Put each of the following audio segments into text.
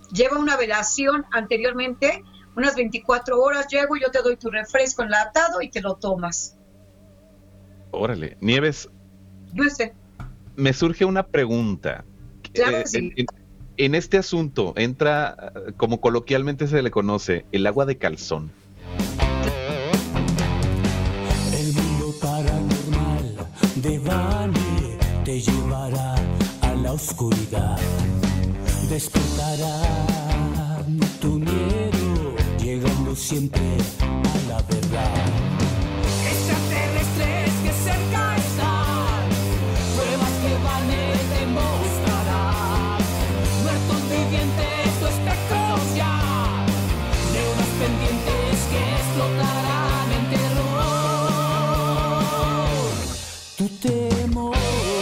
lleva una velación anteriormente, unas 24 horas, llego, yo te doy tu refresco enlatado y te lo tomas. Órale, Nieves, No sé. me surge una pregunta. Claro que sí. En este asunto entra, como coloquialmente se le conoce, el agua de calzón. El mundo paranormal de Vane te llevará a la oscuridad. Despertará tu miedo, llegando siempre a la verdad. Extraterrestres que cerca están, pruebas que Vane te mostrará. Muertos vivientes o espectros ya, de unas pendientes que explotarán en terror. Tu temor.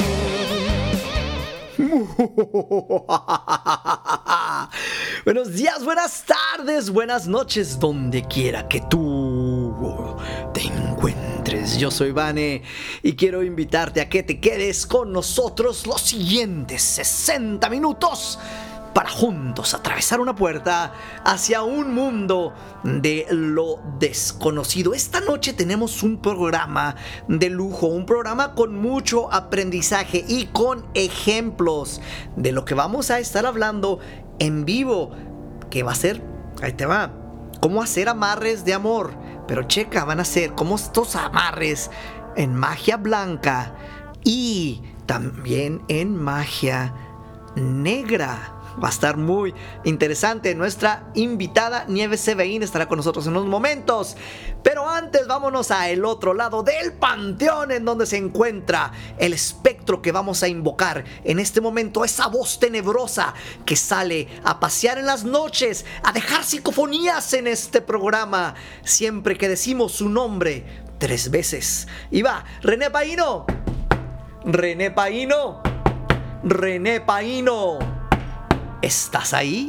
Buenos días, buenas tardes, buenas noches, donde quiera que tú te encuentres. Yo soy Vane y quiero invitarte a que te quedes con nosotros los siguientes 60 minutos para juntos atravesar una puerta hacia un mundo de lo desconocido. Esta noche tenemos un programa de lujo, un programa con mucho aprendizaje y con ejemplos de lo que vamos a estar hablando en vivo, que va a ser, ahí te va, cómo hacer amarres de amor. Pero checa, van a ser como estos amarres en magia blanca y también en magia negra. Va a estar muy interesante. Nuestra invitada Nieves Seveín estará con nosotros en unos momentos. Pero antes vámonos a el otro lado del panteón, en donde se encuentra el espectro que vamos a invocar en este momento. Esa voz tenebrosa que sale a pasear en las noches, a dejar psicofonías en este programa, siempre que decimos su nombre 3 veces. Y va, René Paíno. René Paíno. René Paíno. ¿Estás ahí?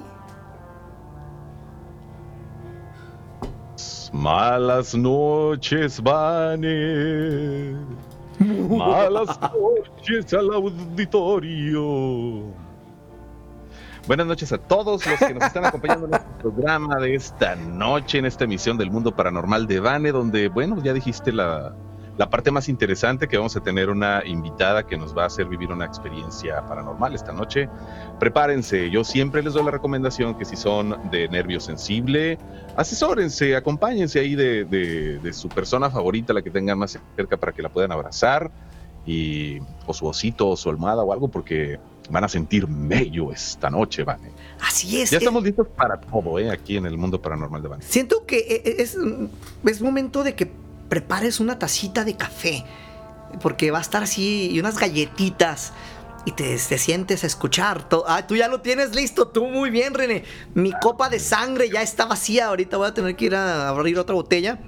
Malas noches, Vane. Malas noches al auditorio. Buenas noches a todos los que nos están acompañando en este programa de esta noche, en esta emisión del Mundo Paranormal de Vane, donde, bueno, ya dijiste la parte más interesante, que vamos a tener una invitada que nos va a hacer vivir una experiencia paranormal esta noche. Prepárense, yo siempre les doy la recomendación que si son de nervio sensible, asesórense, acompáñense ahí de su persona favorita, la que tengan más cerca para que la puedan abrazar, o su osito, o su almohada o algo, porque van a sentir mello esta noche, Vane. Así es. Ya estamos listos para todo, aquí en el Mundo Paranormal de Vane. Siento que es momento de que prepares una tacita de café, porque va a estar así, y unas galletitas, y te sientes a escuchar todo. Ah, tú ya lo tienes listo, tú muy bien, René. Mi copa de sangre ya está vacía, ahorita voy a tener que ir a abrir otra botella.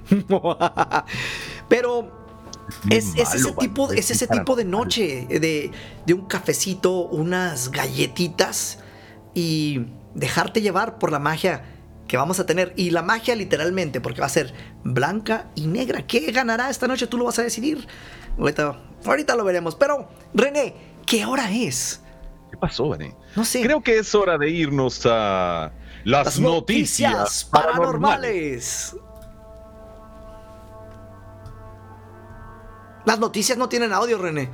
Pero es ese tipo de noche, de un cafecito, unas galletitas, y dejarte llevar por la magia que vamos a tener. Y la magia literalmente, porque va a ser blanca y negra. ¿Qué ganará esta noche? Tú lo vas a decidir. Ahorita lo veremos. Pero, René, ¿qué hora es? ¿Qué pasó, Vane? No sé. Creo que es hora de irnos a las noticias paranormales. Las noticias no tienen audio, René.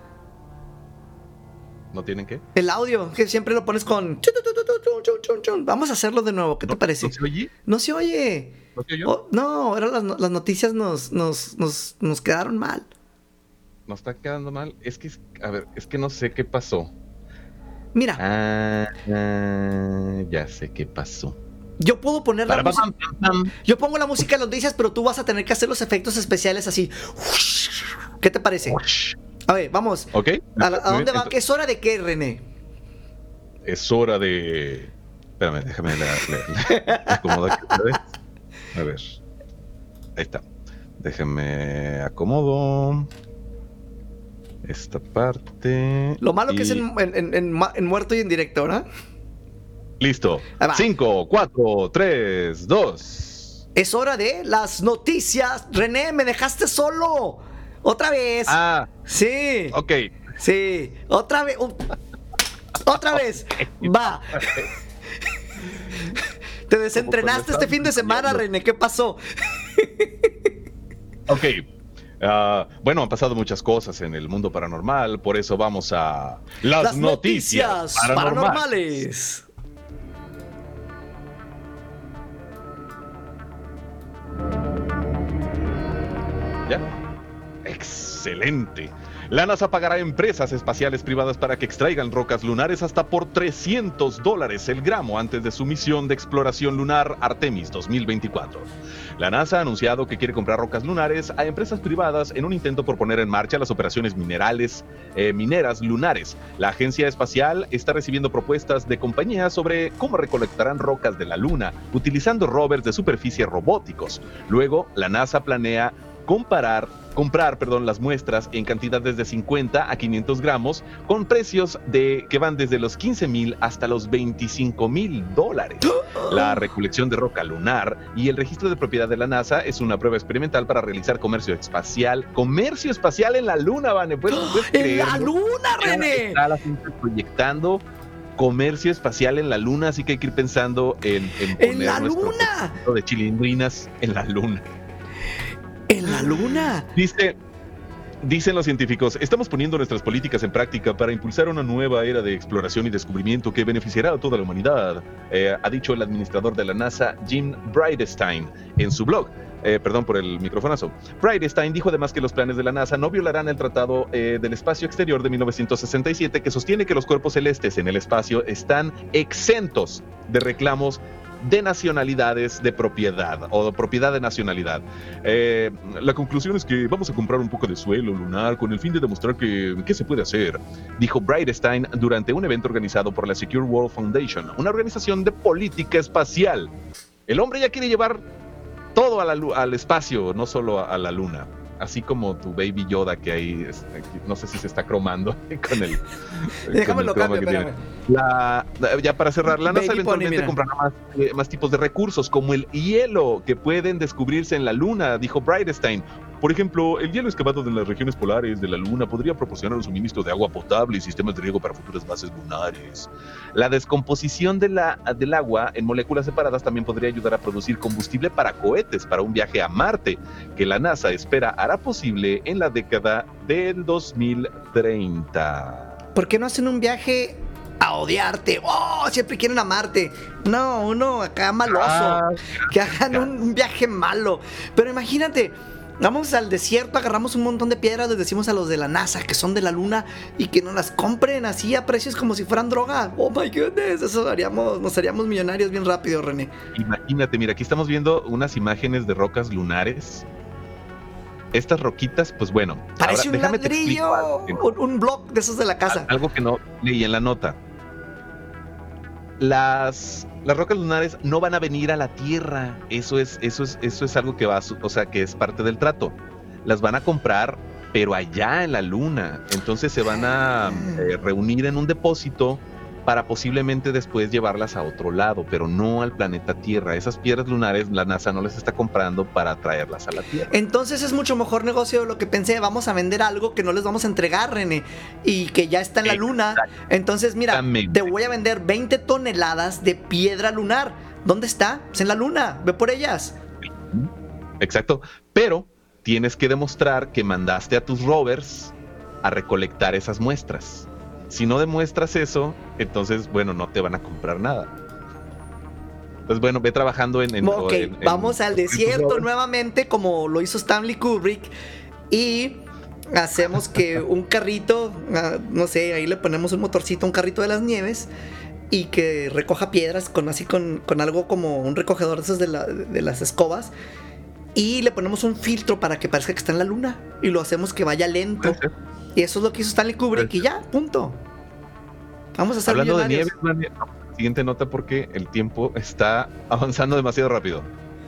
¿No tienen qué? El audio, que siempre lo pones con... Vamos a hacerlo de nuevo, ¿qué te parece? ¿No se oye? No se oye. ¿No se oyó? Oh, no, las noticias nos quedaron mal. Nos está quedando mal. Es que no sé qué pasó. Mira. Ya sé qué pasó. Yo puedo poner la música. Yo pongo la música de las noticias, pero tú vas a tener que hacer los efectos especiales así. ¿Qué te parece? A ver, vamos. Ok. ¿A dónde va? ¿Es hora de qué, René? Es hora de... Espérame, déjame acomodar aquí otra vez. A ver. Ahí está. Déjame acomodo esta parte. Lo malo que es en muerto y en directo, ¿no? Listo. 5, 4, 3, 2. Es hora de las noticias. René, me dejaste solo. Otra vez. Ah. Sí. Ok. Sí. Otra vez. Otra vez. Va. Te desentrenaste este fin de semana, René. ¿Qué pasó? Ok. Bueno, han pasado muchas cosas en el mundo paranormal, por eso vamos a las noticias paranormales. ¿Ya? Excelente. La NASA pagará a empresas espaciales privadas para que extraigan rocas lunares hasta por $300 el gramo antes de su misión de exploración lunar Artemis 2024. La NASA ha anunciado que quiere comprar rocas lunares a empresas privadas en un intento por poner en marcha las operaciones mineras lunares. La agencia espacial está recibiendo propuestas de compañías sobre cómo recolectarán rocas de la Luna utilizando rovers de superficie robóticos. Luego, la NASA planea comprar las muestras en cantidades de 50 a 500 gramos con precios que van desde los $15,000 hasta los $25,000. La recolección de roca lunar y el registro de propiedad de la NASA es una prueba experimental para realizar comercio espacial en la Luna, Vane. ¿Puedes ¡En la Luna, René! Está la gente proyectando comercio espacial en la Luna, así que hay que ir pensando en poner la nuestro Luna de chilindrinas en la Luna. ¡En la Luna! Dicen los científicos, estamos poniendo nuestras políticas en práctica para impulsar una nueva era de exploración y descubrimiento que beneficiará a toda la humanidad, ha dicho el administrador de la NASA, Jim Bridenstine, en su blog. Perdón por el microfonazo. Bridenstine dijo además que los planes de la NASA no violarán el Tratado del Espacio Exterior de 1967, que sostiene que los cuerpos celestes en el espacio están exentos de reclamos de nacionalidades de propiedad o de propiedad de nacionalidad. La conclusión es que vamos a comprar un poco de suelo lunar con el fin de demostrar que se puede hacer, dijo Bridenstine durante un evento organizado por la Secure World Foundation, una organización de política espacial. El hombre ya quiere llevar todo al espacio, no solo a la Luna. Así como tu Baby Yoda que ahí, no sé si se está cromando con el... Déjame lo cambio, espérame. Ya para cerrar, la NASA eventualmente comprará más tipos de recursos, como el hielo, que pueden descubrirse en la Luna, dijo Bridenstine. Por ejemplo, el hielo excavado en las regiones polares de la Luna podría proporcionar un suministro de agua potable y sistemas de riego para futuras bases lunares. La descomposición del agua en moléculas separadas también podría ayudar a producir combustible para cohetes para un viaje a Marte, que la NASA espera hará posible en la década del 2030. ¿Por qué no hacen un viaje a odiarte? ¡Oh! Siempre quieren amarte. No, uno acá maloso. Que hagan un viaje malo. Pero imagínate, vamos al desierto, agarramos un montón de piedras, les decimos a los de la NASA que son de la Luna y que nos las compren así a precios como si fueran droga. Oh my goodness, nos haríamos millonarios bien rápido, René. Imagínate, mira, aquí estamos viendo unas imágenes de rocas lunares. Estas roquitas, pues bueno, parece un ladrillo, un block de esos de la casa. Algo que no leí en la nota. Las rocas lunares no van a venir a la Tierra. Eso es algo que que es parte del trato. Las van a comprar, pero allá en la Luna. Entonces se van a reunir en un depósito para posiblemente después llevarlas a otro lado, pero no al planeta Tierra. Esas piedras lunares la NASA no les está comprando para traerlas a la Tierra. Entonces es mucho mejor negocio de lo que pensé. Vamos a vender algo que no les vamos a entregar, René, y que ya está en la Luna. Entonces mira, te voy a vender 20 toneladas de piedra lunar. ¿Dónde está? Pues en la Luna, ve por ellas. Exacto, pero tienes que demostrar que mandaste a tus rovers a recolectar esas muestras. Si no demuestras eso, entonces, bueno, no te van a comprar nada. Pues bueno, ve trabajando vamos al desierto nuevamente, como lo hizo Stanley Kubrick, y hacemos que un carrito, no sé, ahí le ponemos un motorcito, un carrito de las nieves, y que recoja piedras con algo como un recogedor de esos de las escobas, y le ponemos un filtro para que parezca que está en la Luna, y lo hacemos que vaya lento. Y eso es lo que hizo Stanley Kubrick y ya, punto. Vamos a ser hablando millonarios. de nieve, siguiente nota porque el tiempo está avanzando demasiado rápido.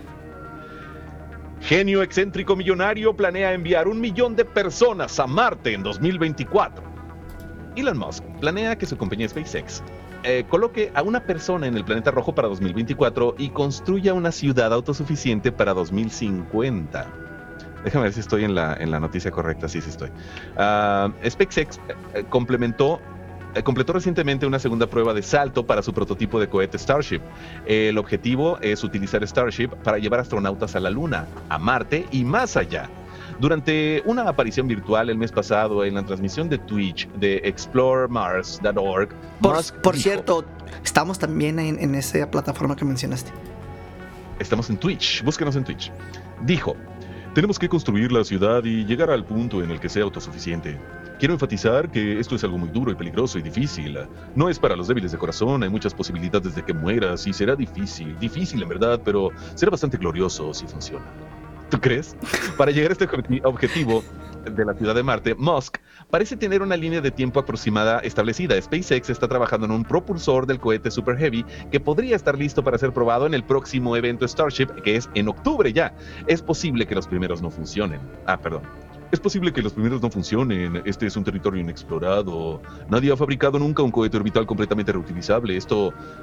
Genio excéntrico millonario planea enviar 1 millón de personas a Marte en 2024. Elon Musk planea que su compañía SpaceX coloque a una persona en el planeta rojo para 2024 y construya una ciudad autosuficiente para 2050. Déjame ver si estoy en la noticia correcta. Sí estoy. SpaceX complementó completó recientemente una segunda prueba de salto para su prototipo de cohete Starship. El objetivo es utilizar Starship para llevar astronautas a la Luna, a Marte y más allá. Durante una aparición virtual el mes pasado en la transmisión de Twitch de exploremars.org, Por cierto, estamos también en esa plataforma que mencionaste. Estamos en Twitch, búsquenos en Twitch. Dijo: tenemos que construir la ciudad y llegar al punto en el que sea autosuficiente. Quiero enfatizar que esto es algo muy duro y peligroso y difícil. No es para los débiles de corazón, hay muchas posibilidades de que mueras y será difícil en verdad, pero será bastante glorioso si funciona. ¿Tú crees? Para llegar a este objetivo de la ciudad de Marte, Musk parece tener una línea de tiempo aproximada establecida. SpaceX está trabajando en un propulsor del cohete Super Heavy que podría estar listo para ser probado en el próximo evento Starship, que es en octubre ya. Es posible que los primeros no funcionen. Es posible que los primeros no funcionen. Este es un territorio inexplorado. Nadie ha fabricado nunca un cohete orbital completamente reutilizable. El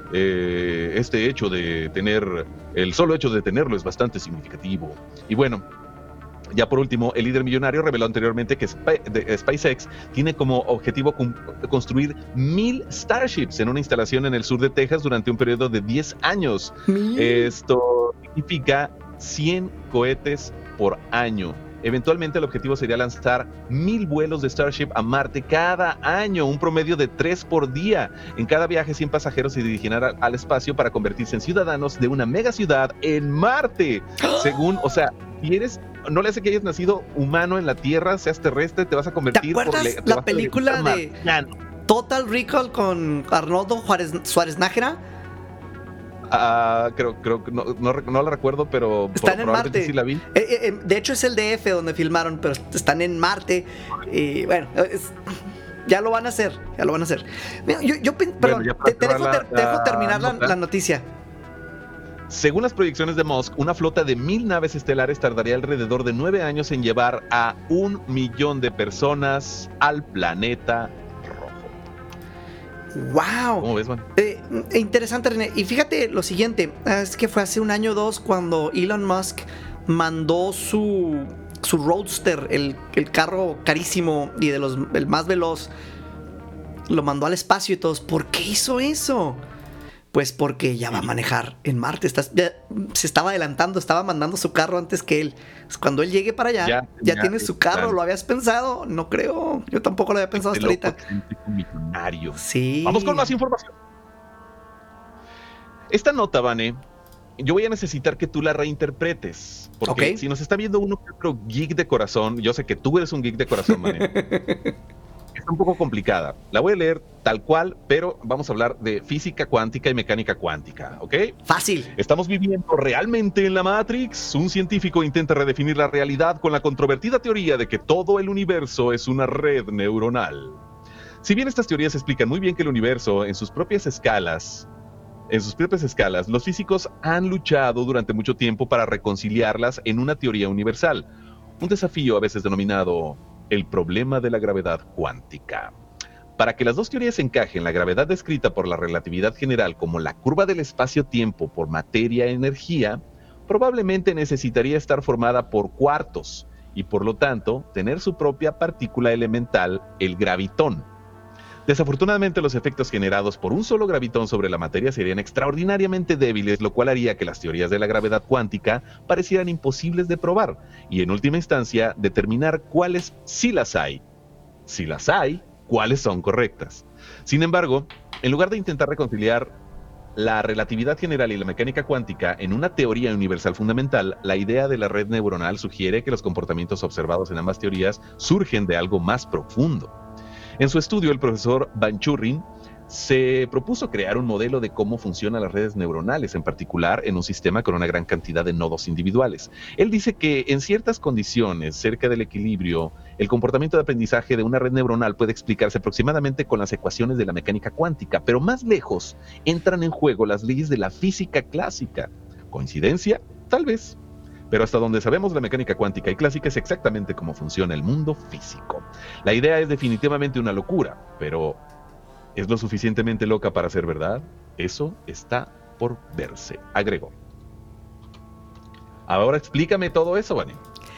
solo hecho de tenerlo es bastante significativo. Y bueno, ya por último, el líder millonario reveló anteriormente que SpaceX tiene como objetivo construir 1000 Starships en una instalación en el sur de Texas durante un periodo de 10 años. Esto significa 100 cohetes por año. Eventualmente el objetivo sería lanzar 1000 vuelos de Starship a Marte cada año, un promedio de 3 por día. En cada viaje 100 pasajeros se dirigirán al espacio para convertirse en ciudadanos de una megaciudad en Marte. No le hace que hayas nacido humano en la Tierra, seas terrestre, te vas a convertir... ¿Te acuerdas la película de Total Recall con Arnoldo Schwarzenegger? Creo que no la recuerdo, pero están en Marte. Sí la vi. De hecho es el DF donde filmaron, pero están en Marte. Y bueno, ya lo van a hacer. Mira, te dejo terminar la noticia. Según las proyecciones de Musk, una flota de 1000 naves estelares tardaría alrededor de 9 años en llevar a 1 millón de personas al planeta. ¡Wow! ¿Cómo ves, man? Interesante, René. Y fíjate lo siguiente, es que fue hace 1 año o 2 cuando Elon Musk mandó su Roadster, el carro carísimo y el más veloz, lo mandó al espacio y todos. ¿Por qué hizo eso? Pues porque ya va a manejar en Marte. Se estaba adelantando, estaba mandando su carro antes que él. Cuando él llegue para allá, ya tiene su carro. Claro. ¿Lo habías pensado? No creo. Yo tampoco lo había pensado hasta ahorita. Millonario. Sí. Vamos con más información. Esta nota, Vane, yo voy a necesitar que tú la reinterpretes. Porque si nos está viendo uno que otro geek de corazón, yo sé que tú eres un geek de corazón, Vane. Está un poco complicada. La voy a leer tal cual, pero vamos a hablar de física cuántica y mecánica cuántica, ¿ok? Fácil. ¿Estamos viviendo realmente en la Matrix? Un científico intenta redefinir la realidad con la controvertida teoría de que todo el universo es una red neuronal. Si bien estas teorías explican muy bien que el universo, en sus propias escalas, los físicos han luchado durante mucho tiempo para reconciliarlas en una teoría universal. Un desafío a veces denominado el problema de la gravedad cuántica. Para que las dos teorías encajen, la gravedad descrita por la relatividad general como la curva del espacio-tiempo por materia-energía, probablemente necesitaría estar formada por cuartos y por lo tanto tener su propia partícula elemental, el gravitón. Desafortunadamente, los efectos generados por un solo gravitón sobre la materia serían extraordinariamente débiles, lo cual haría que las teorías de la gravedad cuántica parecieran imposibles de probar y, en última instancia, determinar cuáles sí las hay. Si las hay, cuáles son correctas. Sin embargo, en lugar de intentar reconciliar la relatividad general y la mecánica cuántica en una teoría universal fundamental, la idea de la red neuronal sugiere que los comportamientos observados en ambas teorías surgen de algo más profundo. En su estudio, el profesor Banchurin se propuso crear un modelo de cómo funcionan las redes neuronales, en particular en un sistema con una gran cantidad de nodos individuales. Él dice que en ciertas condiciones, cerca del equilibrio, el comportamiento de aprendizaje de una red neuronal puede explicarse aproximadamente con las ecuaciones de la mecánica cuántica, pero más lejos entran en juego las leyes de la física clásica. ¿Coincidencia? Tal vez. Pero hasta donde sabemos, la mecánica cuántica y clásica es exactamente cómo funciona el mundo físico. La idea es definitivamente una locura, pero ¿es lo suficientemente loca para ser verdad? Eso está por verse, agregó. Ahora explícame todo eso, Vane.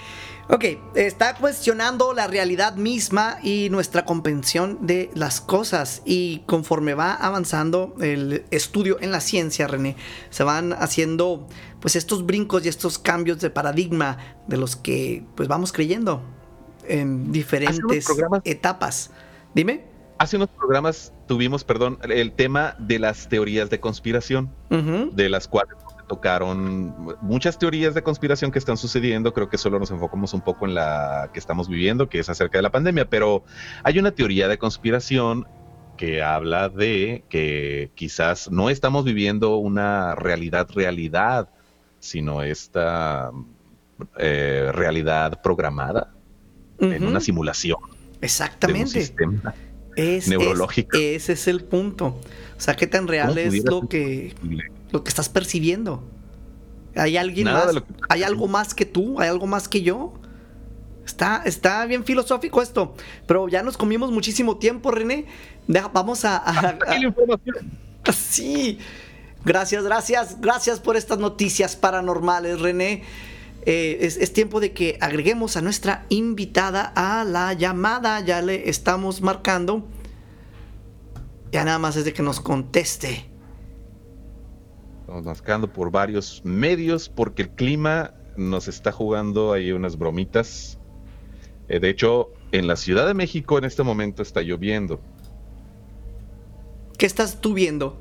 Ok, está cuestionando la realidad misma y nuestra comprensión de las cosas. Y conforme va avanzando el estudio en la ciencia, René, se van haciendo pues estos brincos y estos cambios de paradigma de los que pues vamos creyendo en diferentes etapas. Dime. Hace unos programas tuvimos, el tema de las teorías de conspiración, de las cuales tocaron muchas teorías de conspiración que están sucediendo. Creo que solo nos enfocamos un poco en la que estamos viviendo, que es acerca de la pandemia, pero hay una teoría de conspiración que habla de que quizás no estamos viviendo una realidad, sino esta realidad programada en una simulación. Exactamente. De un sistema neurológico. Ese es el punto. O sea, ¿qué tan real es lo que estás percibiendo? ¿Hay alguien más? ¿Hay algo más que tú? ¿Hay algo más que yo? Está bien filosófico esto, pero ya nos comimos muchísimo tiempo, René. Vamos a la información. Sí. Gracias por estas noticias paranormales, René. Es tiempo de que agreguemos a nuestra invitada a la llamada. Ya le estamos marcando. Ya nada más es de que nos conteste. Estamos marcando por varios medios porque el clima nos está jugando ahí unas bromitas. De hecho, en la Ciudad de México en este momento está lloviendo. ¿Qué estás tú viendo?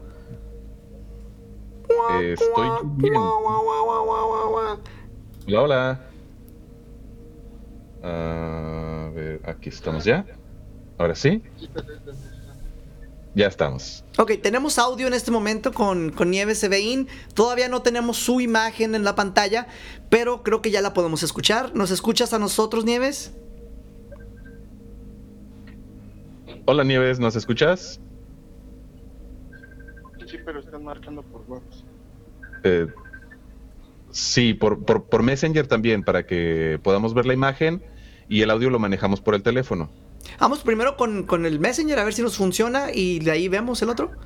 Estoy viendo. Hola. A ver, aquí estamos ya. ¿Ahora sí? Ya estamos. Ok, tenemos audio en este momento con Nieves Sebeín. Todavía no tenemos su imagen en la pantalla, pero creo que ya la podemos escuchar. ¿Nos escuchas a nosotros, Nieves? Hola, Nieves, ¿nos escuchas? Sí, pero están marcando por WhatsApp. Sí, por Messenger también, para que podamos ver la imagen y el audio lo manejamos por el teléfono. Vamos primero con el Messenger a ver si nos funciona y de ahí vemos el otro.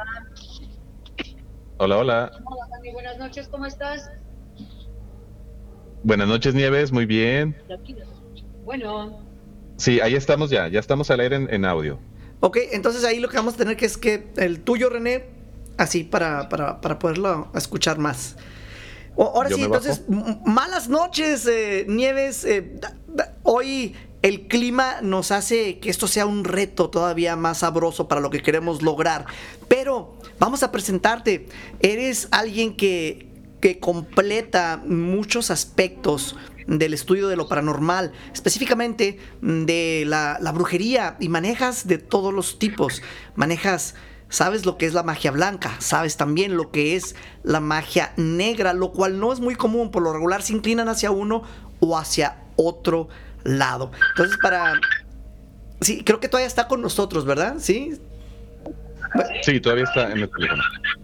Hola. Hola, Dani, buenas noches, ¿cómo estás? Buenas noches, Nieves, muy bien. Bueno. Sí, ahí estamos ya estamos al aire en audio. Ok, entonces ahí lo que vamos a tener que es que el tuyo, René, así para poderlo escuchar más. Ahora sí, entonces, malas noches, Nieves. Hoy el clima nos hace que esto sea un reto todavía más sabroso para lo que queremos lograr. Pero vamos a presentarte. Eres alguien que completa muchos aspectos del estudio de lo paranormal, específicamente de la brujería, y manejas de todos los tipos. Sabes lo que es la magia blanca, sabes también lo que es la magia negra, lo cual no es muy común. Por lo regular se inclinan hacia uno o hacia otro lado. Entonces, sí, creo que todavía está con nosotros, ¿verdad? ¿Sí? Sí, todavía está en el teléfono.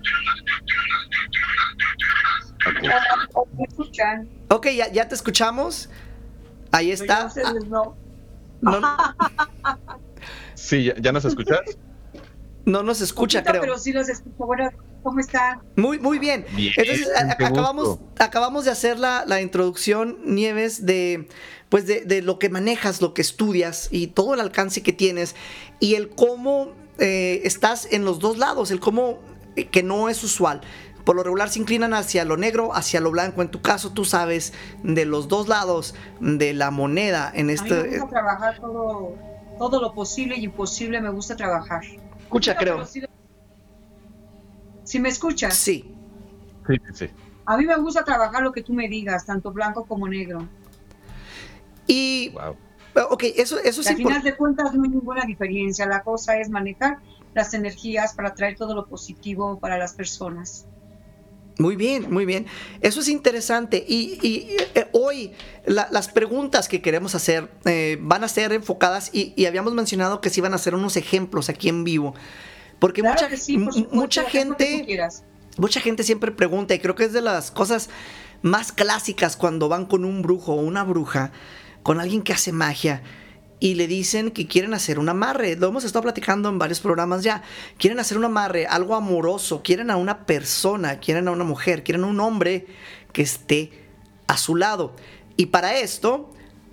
Okay. ¿Me escuchan? Ok, ya te escuchamos. Ahí está. No. Sí, ¿ya nos escuchas? No nos escucha, creo. Pero sí los escucho. Bueno, ¿cómo están? Muy bien. Entonces, acabamos de hacer la introducción, Nieves, de lo que manejas, lo que estudias y todo el alcance que tienes y el cómo estás en los dos lados, el cómo que no es usual. Por lo regular se inclinan hacia lo negro, hacia lo blanco. En tu caso, tú sabes de los dos lados de la moneda. A mí me gusta trabajar todo lo posible y imposible. Me gusta trabajar. Escucha, creo. ¿Sí me escuchas? Sí. Sí. A mí me gusta trabajar lo que tú me digas, tanto blanco como negro. Y... Wow. Ok, eso es importante. Al final de cuentas no hay ninguna diferencia. La cosa es manejar las energías para traer todo lo positivo para las personas. Muy bien. Eso es interesante. Y hoy las preguntas que queremos hacer van a ser enfocadas y habíamos mencionado que se iban a hacer unos ejemplos aquí en vivo. Porque claro que sí, por supuesto, mucha gente siempre pregunta, y creo que es de las cosas más clásicas cuando van con un brujo o una bruja, con alguien que hace magia, y le dicen que quieren hacer un amarre. Lo hemos estado platicando en varios programas ya. Quieren hacer un amarre, algo amoroso. Quieren a una persona, quieren a una mujer, quieren a un hombre que esté a su lado. Y para esto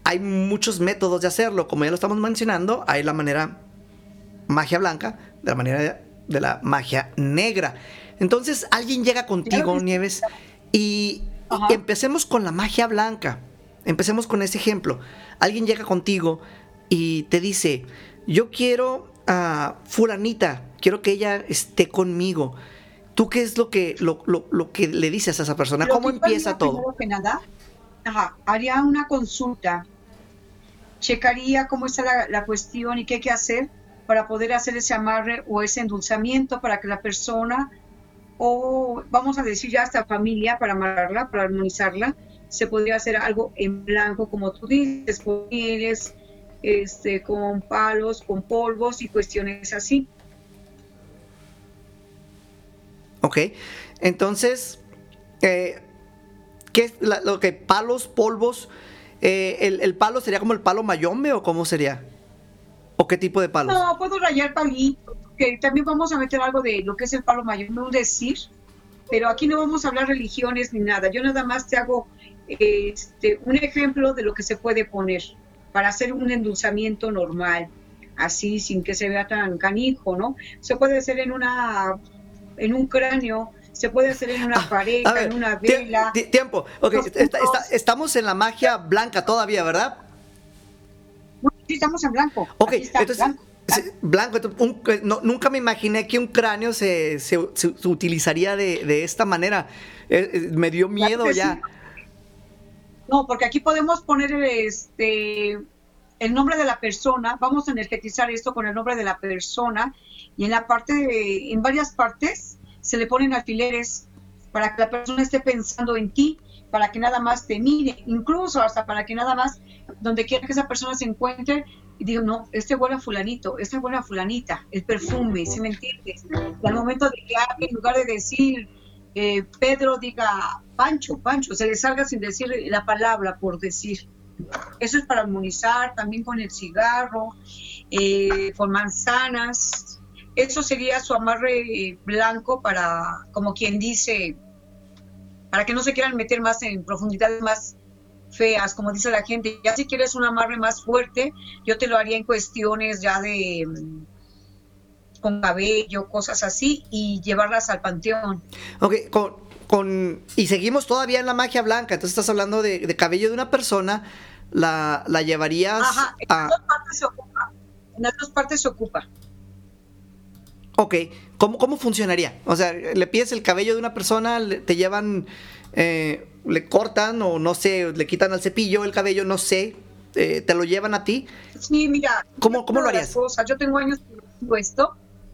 hay muchos métodos de hacerlo, como ya lo estamos mencionando. Hay la manera magia blanca, de la manera de la magia negra. Entonces alguien llega contigo, Nieves, y empecemos con la magia blanca. Empecemos con ese ejemplo. Alguien llega contigo y te dice: yo quiero a fulanita, quiero que ella esté conmigo. ¿Tú qué es lo que le dices a esa persona? Pero ¿Cómo empieza todo? Primero que nada, haría una consulta, checaría cómo está la cuestión y qué hay que hacer para poder hacer ese amarre o ese endulzamiento para que la persona, o vamos a decir ya esta familia, para amarrarla, para armonizarla, se podría hacer algo en blanco, como tú dices, con mieles, con palos, con polvos y cuestiones así. Ok, entonces, ¿qué es lo que palos, polvos? ¿El palo sería como el palo mayombe o cómo sería? ¿O qué tipo de palos? No, puedo rayar palitos, que también vamos a meter algo de lo que es el palo mayombe, un decir, pero aquí no vamos a hablar religiones ni nada. Yo nada más te hago un ejemplo de lo que se puede poner para hacer un endulzamiento normal, así, sin que se vea tan canijo, ¿no? Se puede hacer en un cráneo, se puede hacer en una pareja, en una vela. Tiempo, ok, estamos en la magia blanca todavía, ¿verdad? Sí, estamos en blanco. Ok, Está, entonces, blanco. Nunca me imaginé que un cráneo se utilizaría de esta manera. Me dio miedo claro ya. Sí. No, porque aquí podemos poner el nombre de la persona, vamos a energetizar esto con el nombre de la persona, y en varias partes se le ponen alfileres para que la persona esté pensando en ti, para que nada más te mire, incluso hasta para que nada más, donde quiera que esa persona se encuentre, y diga: no, huele a fulanito, huele a fulanita, el perfume, ¿sí me entiendes? Y al momento de que hable, en lugar de decir Pedro, diga Pancho, se le salga sin decir la palabra por decir. Eso es para armonizar, también con el cigarro, con manzanas. Eso sería su amarre blanco para, como quien dice, para que no se quieran meter más en profundidades más feas, como dice la gente. Ya si quieres un amarre más fuerte, yo te lo haría en cuestiones ya de con cabello, cosas así, y llevarlas al panteón. Ok, y seguimos todavía en la magia blanca. Entonces estás hablando de cabello de una persona, la llevarías en las dos partes se ocupa. En las dos partes se ocupa. Ok, ¿cómo funcionaría? O sea, le pides el cabello de una persona, te llevan, le cortan o no sé, le quitan al cepillo el cabello, no sé, te lo llevan a ti. Sí, mira. ¿Cómo lo harías? Yo tengo años haciendo esto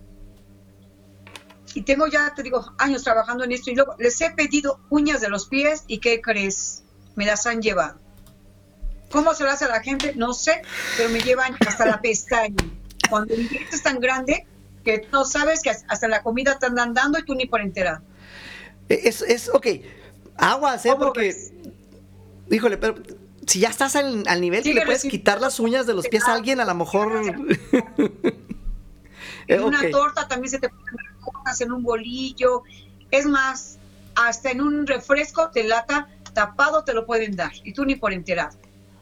y tengo ya, te digo, años trabajando en esto, y luego les he pedido uñas de los pies y ¿qué crees? Me las han llevado. ¿Cómo se lo hace a la gente? No sé, pero me llevan hasta la pestaña. Cuando el ingrediente es tan grande que no sabes que hasta la comida te andan dando y tú ni por enterado. Ok, aguas, porque, ves? Híjole, pero si ya estás al nivel que le puedes quitar las uñas de los pies a alguien, a lo mejor... En una torta también se te ponen cosas, en un bolillo. Es más, hasta en un refresco de lata tapado te lo pueden dar y tú ni por enterado.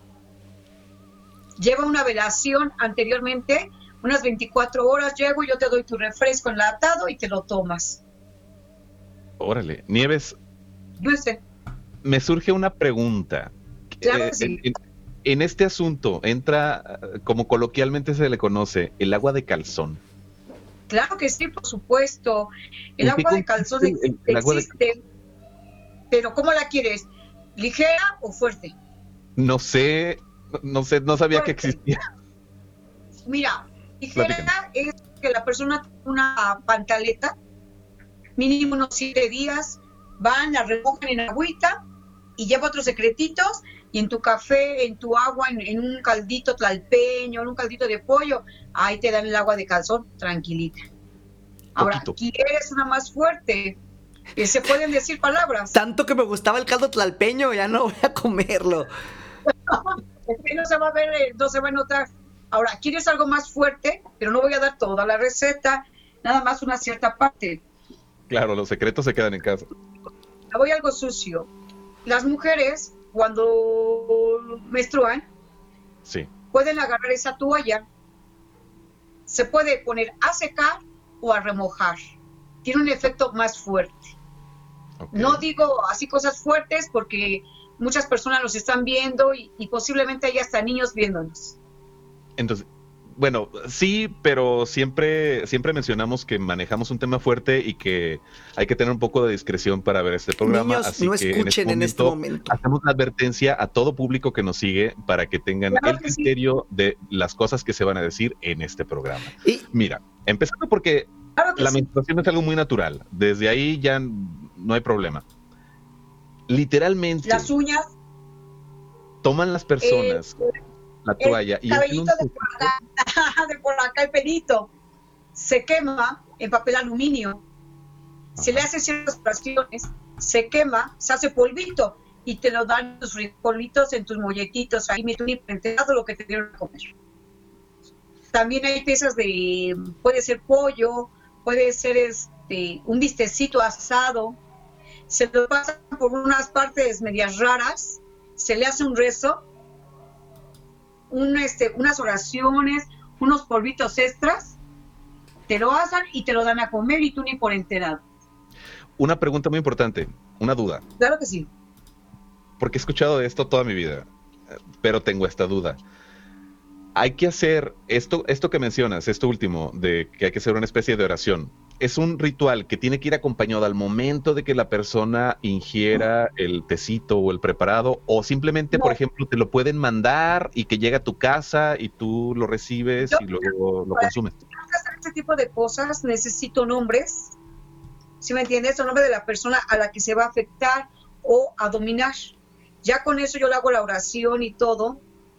Lleva una velación anteriormente, unas 24 horas. Llego, yo te doy tu refresco enlatado y te lo tomas. Órale, Nieves. Yo sé. Me surge una pregunta. Claro que sí. En este asunto entra, como coloquialmente se le conoce, el agua de calzón. Claro que sí, por supuesto. El agua de calzón existe, pero ¿cómo la quieres? ¿Ligera o fuerte? No sé, no sabía fuerte. Que existía. Mira, ligera es que la persona tiene una pantaleta, mínimo unos 7 días, van, la recogen en agüita y lleva otros secretitos, y en tu café, en tu agua, en un caldito tlalpeño, en un caldito de pollo, ahí te dan el agua de calzón tranquilita. Ahora, ¿quieres una más fuerte? Se pueden decir palabras. Tanto que me gustaba el caldo tlalpeño, ya no voy a comerlo. No se va a ver, no se va a notar. Ahora, ¿quieres algo más fuerte? Pero no voy a dar toda la receta, nada más una cierta parte. Claro, los secretos se quedan en casa. Voy a algo sucio. Las mujeres, cuando menstruan, Sí. Pueden agarrar esa toalla, se puede poner a secar o a remojar. Tiene un efecto más fuerte. Okay. No digo así cosas fuertes porque muchas personas los están viendo y posiblemente hay hasta niños viéndonos. Entonces, bueno, sí, pero siempre mencionamos que manejamos un tema fuerte y que hay que tener un poco de discreción para ver este programa. Niños, así no que escuchen en este momento. Hacemos la advertencia a todo público que nos sigue para que tengan Claro el que sí. criterio de las cosas que se van a decir en este programa. Y Mira, empezando porque Claro que la sí. menstruación es algo muy natural. Desde ahí ya no hay problema. Literalmente, Las uñas, toman las personas la toalla y el hacen cabellito un de por acá, el pelito, se quema en papel aluminio, se le hace ciertas fracciones, se quema, se hace polvito y te lo dan tus polvitos en tus molletitos, ahí me todo lo que te dieron a comer. También hay piezas de, puede ser pollo, puede ser un bistecito asado, se lo pasan por unas partes medias raras, se le hace un rezo, unas oraciones, unos polvitos extras, te lo hacen y te lo dan a comer y tú ni por enterado. Una pregunta muy importante, una duda, Claro que sí. porque he escuchado de esto toda mi vida, pero tengo esta duda. Hay que hacer esto que mencionas, esto último, de que hay que hacer una especie de oración. ¿Es un ritual que tiene que ir acompañado al momento de que la persona ingiera el tecito o el preparado? ¿O simplemente, por ejemplo, te lo pueden mandar y que llega a tu casa y tú lo recibes y luego lo consumes? Para hacer este tipo de cosas necesito nombres, ¿sí me entiendes? El nombre de la persona a la que se va a afectar o a dominar. Ya con eso yo le hago la oración y todo.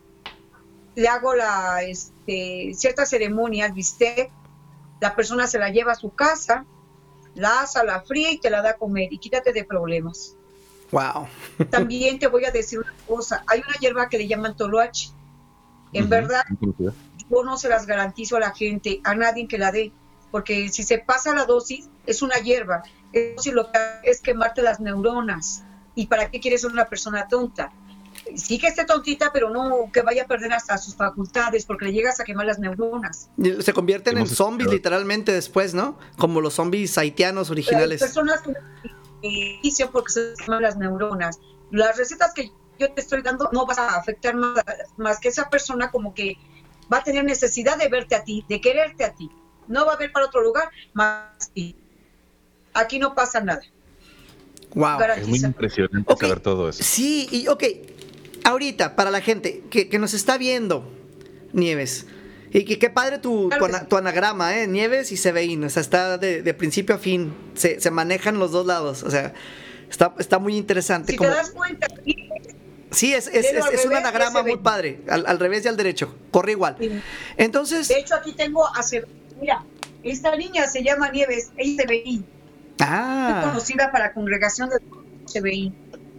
Le hago ciertas ceremonias, ¿viste? La persona se la lleva a su casa, la asa, la fría y te la da a comer y quítate de problemas. wow. También te voy a decir una cosa, hay una hierba que le llaman toloache. En verdad, yo no se las garantizo a la gente, a nadie que la dé, porque si se pasa la dosis, es una hierba. Eso lo que hace es quemarte las neuronas. ¿Y para qué quieres ser una persona tonta? Sí que esté tontita, pero no que vaya a perder hasta sus facultades porque le llegas a quemar las neuronas. Se convierten en zombies literalmente después, ¿no? Como los zombies haitianos originales. Personas que dicen porque se queman las neuronas. Las recetas que yo te estoy dando no vas a afectar más que esa persona como que va a tener necesidad de verte a ti, de quererte a ti. No va a ver para otro lugar más que aquí no pasa nada. Wow. Es muy impresionante saber todo eso. Sí, y ahorita, para la gente que nos está viendo, Nieves, y que qué padre tu anagrama, Nieves y Seveín, o sea, está de principio a fin, se manejan los dos lados, o sea, está muy interesante. Si te das cuenta, sí, es un anagrama muy padre, al revés y al derecho, corre igual. Sí. Entonces, de hecho, aquí tengo mira, esta niña se llama Nieves, ella es Seveín. Muy conocida para la congregación de Seveín.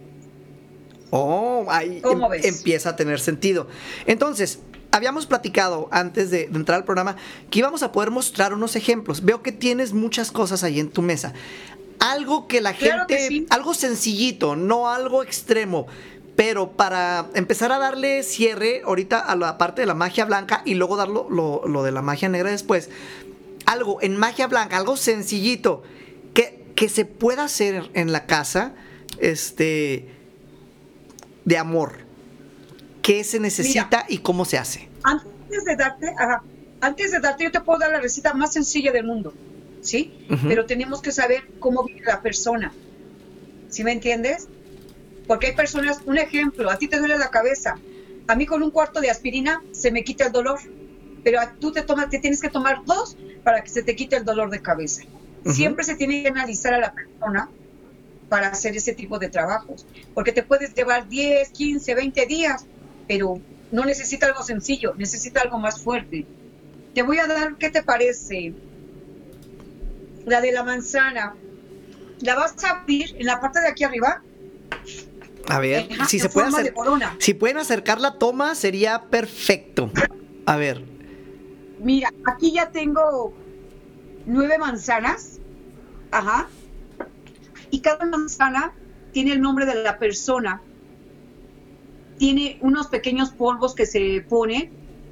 Ahí ves? Empieza a tener sentido. Entonces, habíamos platicado antes de entrar al programa que íbamos a poder mostrar unos ejemplos. Veo que tienes muchas cosas ahí en tu mesa. Algo que la gente, sí. Algo sencillito, no algo extremo, pero para empezar a darle cierre ahorita a la parte de la magia blanca y luego dar lo de la magia negra después. Algo en magia blanca, algo sencillito que se pueda hacer en la casa, de amor. ¿Qué se necesita y cómo se hace? Antes de darte, yo te puedo dar la receta más sencilla del mundo, ¿sí? Uh-huh. Pero tenemos que saber cómo vive la persona, ¿sí me entiendes? Porque hay personas, un ejemplo, a ti te duele la cabeza, a mí con un cuarto de aspirina se me quita el dolor, pero tú te tienes que tomar 2 para que se te quite el dolor de cabeza. Uh-huh. Siempre se tiene que analizar a la persona para hacer ese tipo de trabajos, porque te puedes llevar 10, 15, 20 días, pero no necesita algo sencillo, necesita algo más fuerte. Te voy a dar, ¿qué te parece? La de la manzana. La vas a abrir en la parte de aquí arriba. A ver, si se puede hacer, si pueden acercar la toma sería perfecto. A ver. Mira, aquí ya tengo 9 manzanas. Ajá. Y cada manzana tiene el nombre de la persona. tiene unos pequeños polvos que se ponen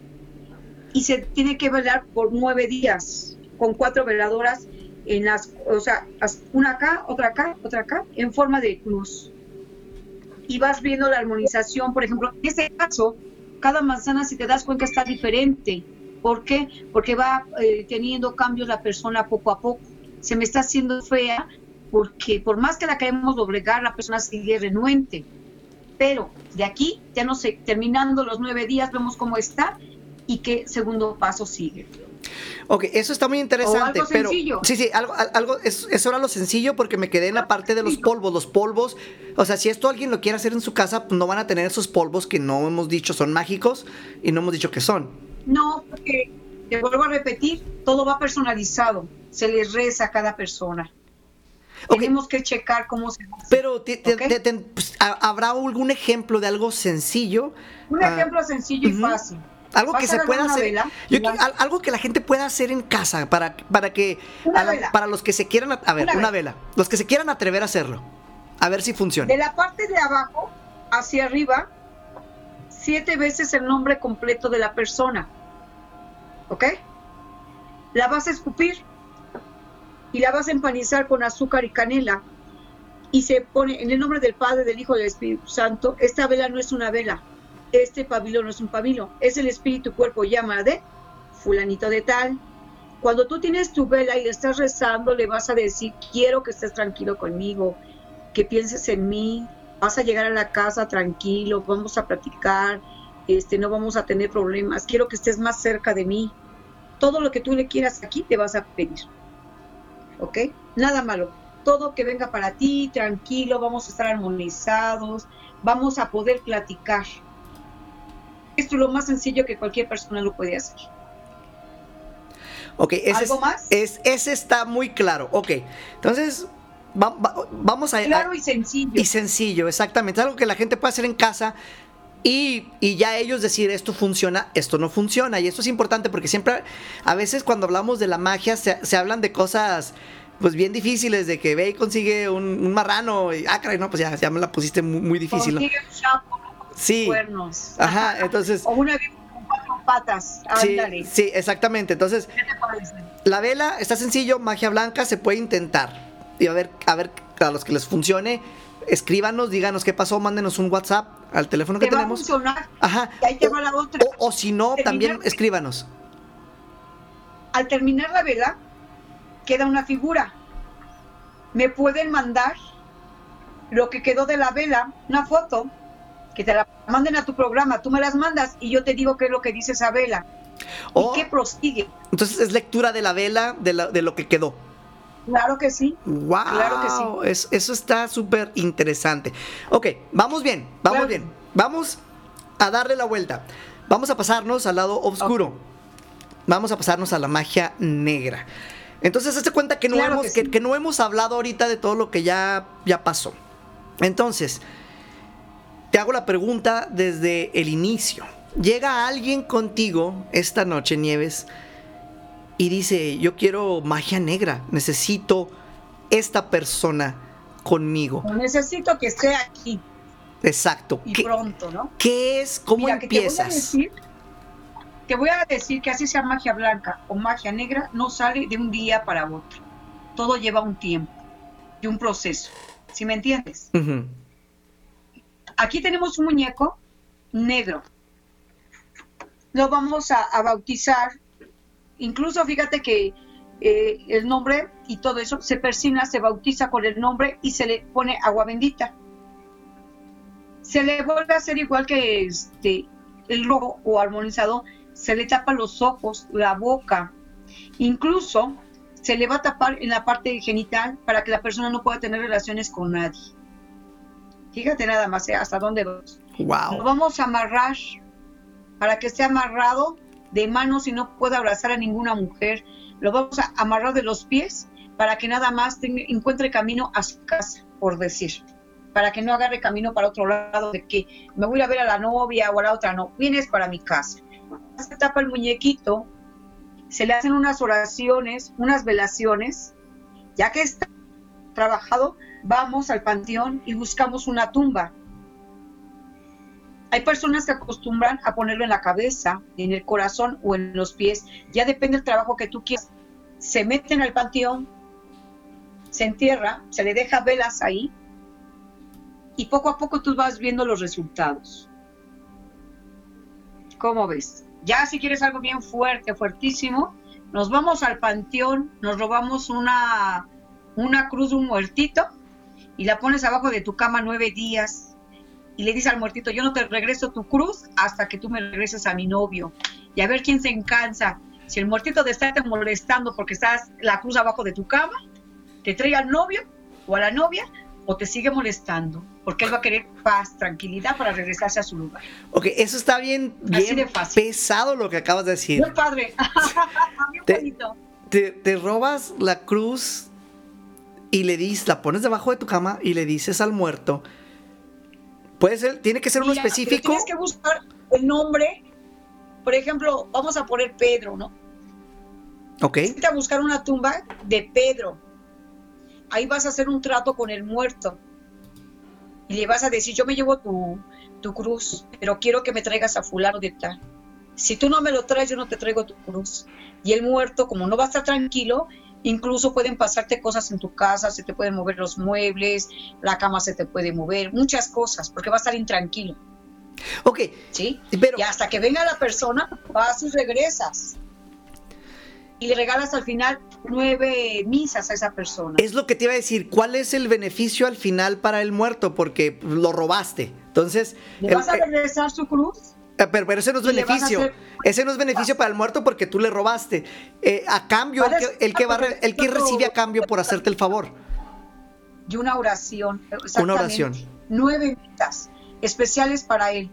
y se tiene que velar por 9 días con 4 veladoras en las, o sea, una acá, otra acá, otra acá, en forma de cruz. Y vas viendo la armonización, por ejemplo, en este caso, cada manzana, si te das cuenta, está diferente. ¿Por qué? Porque va teniendo cambios la persona poco a poco. Se me está haciendo fea porque por más que la queremos doblegar, la persona sigue renuente. Pero de aquí, ya no sé, terminando los 9 días, vemos cómo está y qué segundo paso sigue. Ok, eso está muy interesante, O algo pero sencillo. sí, algo eso era lo sencillo porque me quedé en la parte de los polvos, o sea, si esto alguien lo quiere hacer en su casa, pues no van a tener esos polvos que no hemos dicho son mágicos y no hemos dicho que son. No, porque te vuelvo a repetir, todo va personalizado, se les reza a cada persona. Ok. Tenemos que checar cómo se hace. Pero ¿Ok? pues, ¿habrá algún ejemplo de algo sencillo? Un ejemplo sencillo y fácil. Algo Vas que a se agarrar pueda una hacer, vela, algo que la gente pueda hacer en casa para que vela. para los que se quieran, a ver, una vela, los que se quieran atrever a hacerlo, a ver si funciona. De la parte de abajo hacia arriba, 7 veces el nombre completo de la persona. ¿Ok? La vas a escupir y la vas a empanizar con azúcar y canela. Y se pone en el nombre del Padre, del Hijo y del Espíritu Santo. Esta vela no es una vela. Este pabilo no es un pabilo. Es el espíritu cuerpo llama de fulanito de tal. Cuando tú tienes tu vela y le estás rezando, le vas a decir, quiero que estés tranquilo conmigo, que pienses en mí, vas a llegar a la casa tranquilo, vamos a platicar, no vamos a tener problemas, quiero que estés más cerca de mí. Todo lo que tú le quieras aquí te vas a pedir. ¿Ok? Nada malo. Todo que venga para ti, tranquilo, vamos a estar armonizados, vamos a poder platicar. Esto es lo más sencillo que cualquier persona lo puede hacer. Ok, ¿Algo más? Ese está muy claro. Ok, entonces vamos a... Claro y sencillo. Y sencillo, exactamente. Algo que la gente puede hacer en casa y ya ellos decir esto funciona, esto no funciona. Y esto es importante porque siempre, a veces cuando hablamos de la magia, se hablan de cosas pues bien difíciles, de que ve y consigue un marrano y caray, no, pues ya me la pusiste muy difícil, ¿no? Consigue un chapo, ¿no? Con Sí. cuernos. Ajá, entonces... O una víbora con 4 patas. Ándale. Sí, exactamente. Entonces, ¿Qué te parece? la vela está sencillo, magia blanca, se puede intentar. Y a ver, a los que les funcione, escríbanos, díganos qué pasó, mándenos un WhatsApp al teléfono que Te va a tenemos. funcionar. Ajá. Y ahí te va la otra. O si no, también escríbanos. Al terminar la vela, queda una figura. Me pueden mandar lo que quedó de la vela, una foto, que te la manden a tu programa, tú me las mandas y yo te digo qué es lo que dice esa vela. Oh. ¿Y qué prosigue? Entonces es lectura de la vela, de lo que quedó. Claro que sí. ¡Wow! Claro que sí. Eso está súper interesante. Ok, vamos bien, Claro. Vamos a darle la vuelta. Vamos a pasarnos al lado oscuro. Okay. Vamos a pasarnos a la magia negra. Entonces, hazte cuenta que Claro que sí. que no hemos hablado ahorita de todo lo que ya pasó. Entonces, te hago la pregunta desde el inicio. Llega alguien contigo esta noche, Nieves, y dice, yo quiero magia negra, necesito esta persona conmigo. Necesito que esté aquí Exacto. y pronto, ¿no? ¿Qué es? ¿Cómo Mira, empiezas? Te voy a decir que así sea magia blanca o magia negra, no sale de un día para otro. Todo lleva un tiempo y un proceso. ¿Sí me entiendes? Uh-huh. Aquí tenemos un muñeco negro. Lo vamos a bautizar. Incluso fíjate que el nombre y todo eso se persina, se bautiza con el nombre y se le pone agua bendita. Se le vuelve a hacer igual que el rojo o armonizado, se le tapa los ojos, la boca, incluso se le va a tapar en la parte genital para que la persona no pueda tener relaciones con nadie. Fíjate nada más hasta dónde vamos. Wow. Lo vamos a amarrar para que esté amarrado de manos y no pueda abrazar a ninguna mujer. Lo vamos a amarrar de los pies para que nada más encuentre camino a su casa, por decir. Para que no agarre camino para otro lado de que me voy a ver a la novia o a la otra, no, vienes para mi casa. Se tapa el muñequito, se le hacen unas oraciones, unas velaciones, ya que está trabajado, vamos al panteón y buscamos una tumba. Hay personas que acostumbran a ponerlo en la cabeza, en el corazón o en los pies. Ya depende del trabajo que tú quieras. Se meten al panteón, se entierra, se le deja velas ahí y poco a poco tú vas viendo los resultados. ¿Cómo ves? Ya si quieres algo bien fuerte, fuertísimo, nos vamos al panteón, nos robamos una cruz de un muertito y la pones abajo de tu cama 9 días. Y le dice al muertito, yo no te regreso tu cruz hasta que tú me regreses a mi novio. Y a ver quién se encansa. Si el muertito te está molestando porque estás la cruz abajo de tu cama, te trae al novio o a la novia, o te sigue molestando, porque él va a querer paz, tranquilidad para regresarse a su lugar. Ok, eso está bien pesado lo que acabas de decir. Muy padre. Bien bonito. Te robas la cruz y la pones debajo de tu cama y le dices al muerto... Puede ser, tiene que ser uno específico. Tienes que buscar el nombre. Por ejemplo, vamos a poner Pedro, ¿no? Ok. Necesitas buscar una tumba de Pedro. Ahí vas a hacer un trato con el muerto. Y le vas a decir, yo me llevo tu cruz, pero quiero que me traigas a fulano de tal. Si tú no me lo traes, yo no te traigo tu cruz. Y el muerto, como no va a estar tranquilo, incluso pueden pasarte cosas en tu casa, se te pueden mover los muebles, la cama se te puede mover, muchas cosas, porque va a estar intranquilo. Ok. ¿Sí? Pero... Y hasta que venga la persona, vas y regresas. Y le regalas al final 9 misas a esa persona. Es lo que te iba a decir, ¿cuál es el beneficio al final para el muerto? Porque lo robaste. Entonces... ¿Le vas a regresar su cruz? Pero ese no es beneficio. Ese no es beneficio para el muerto porque tú le robaste. A cambio, el que recibe a cambio por hacerte el favor. Y una oración. Una oración. 9 misas especiales para él.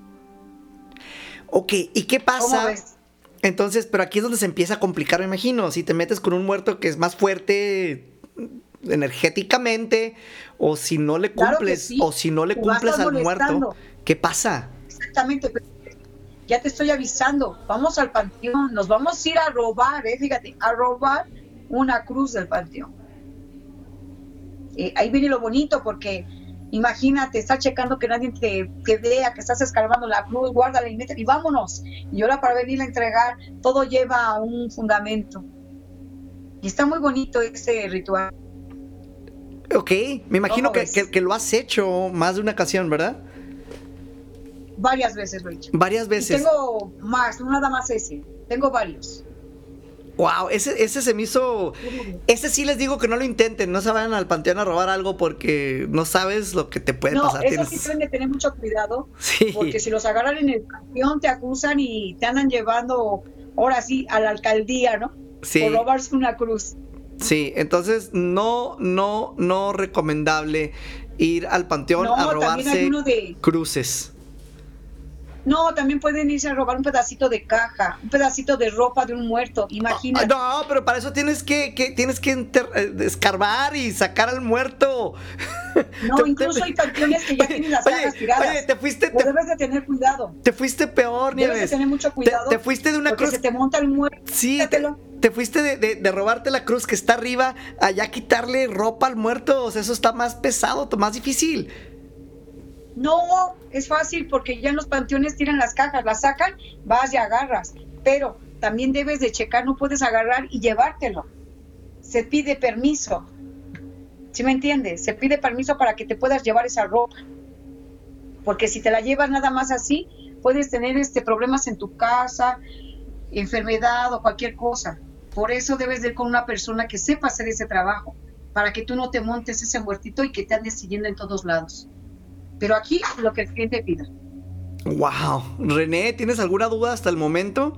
Ok, ¿y qué pasa? Entonces, pero aquí es donde se empieza a complicar, me imagino. Si te metes con un muerto que es más fuerte energéticamente, o si no le cumples, sí. O si no le cumples al muerto, ¿qué pasa? Exactamente, ya te estoy avisando, vamos al panteón, nos vamos a ir a robar, fíjate, a robar una cruz del panteón. Ahí viene lo bonito, porque imagínate, estás checando que nadie te vea, que estás escarbando la cruz, guárdala y métela y vámonos. Y ahora para venir a entregar, todo lleva un fundamento. Y está muy bonito ese ritual. Ok, me imagino que lo has hecho más de una ocasión, ¿verdad? Varias veces lo he hecho. Varias veces. Y tengo más, no nada más ese. Tengo varios. Wow, ese se me hizo... Ese sí les digo que no lo intenten, no se vayan al panteón a robar algo porque no sabes lo que te puede pasar. No, eso sí tienen que tener mucho cuidado, sí. Porque si los agarran en el panteón te acusan y te andan llevando, ahora sí, a la alcaldía, ¿no? Sí. Por robarse una cruz. Sí, entonces no recomendable ir al panteón a robarse cruces. No, también pueden irse a robar un pedacito de caja, un pedacito de ropa de un muerto, imagínate. No, pero para eso tienes que escarbar y sacar al muerto. No, incluso hay panteones que ya tienen las cajas tiradas. Oye, debes de tener cuidado. Te fuiste peor, Nieves. Debes de tener mucho cuidado. Te fuiste de una cruz. Se te monta el muerto. Sí, te fuiste de robarte la cruz que está arriba, allá quitarle ropa al muerto. O sea, eso está más pesado, más difícil. No, es fácil porque ya en los panteones tiran las cajas, las sacan, vas y agarras. Pero también debes de checar, no puedes agarrar y llevártelo. Se pide permiso. ¿Sí me entiendes? Se pide permiso para que te puedas llevar esa ropa. Porque si te la llevas nada más así, puedes tener problemas en tu casa, enfermedad o cualquier cosa. Por eso debes de ir con una persona que sepa hacer ese trabajo, para que tú no te montes ese muertito y que te andes siguiendo en todos lados. Pero aquí lo que el cliente pida. Wow. René, ¿tienes alguna duda hasta el momento?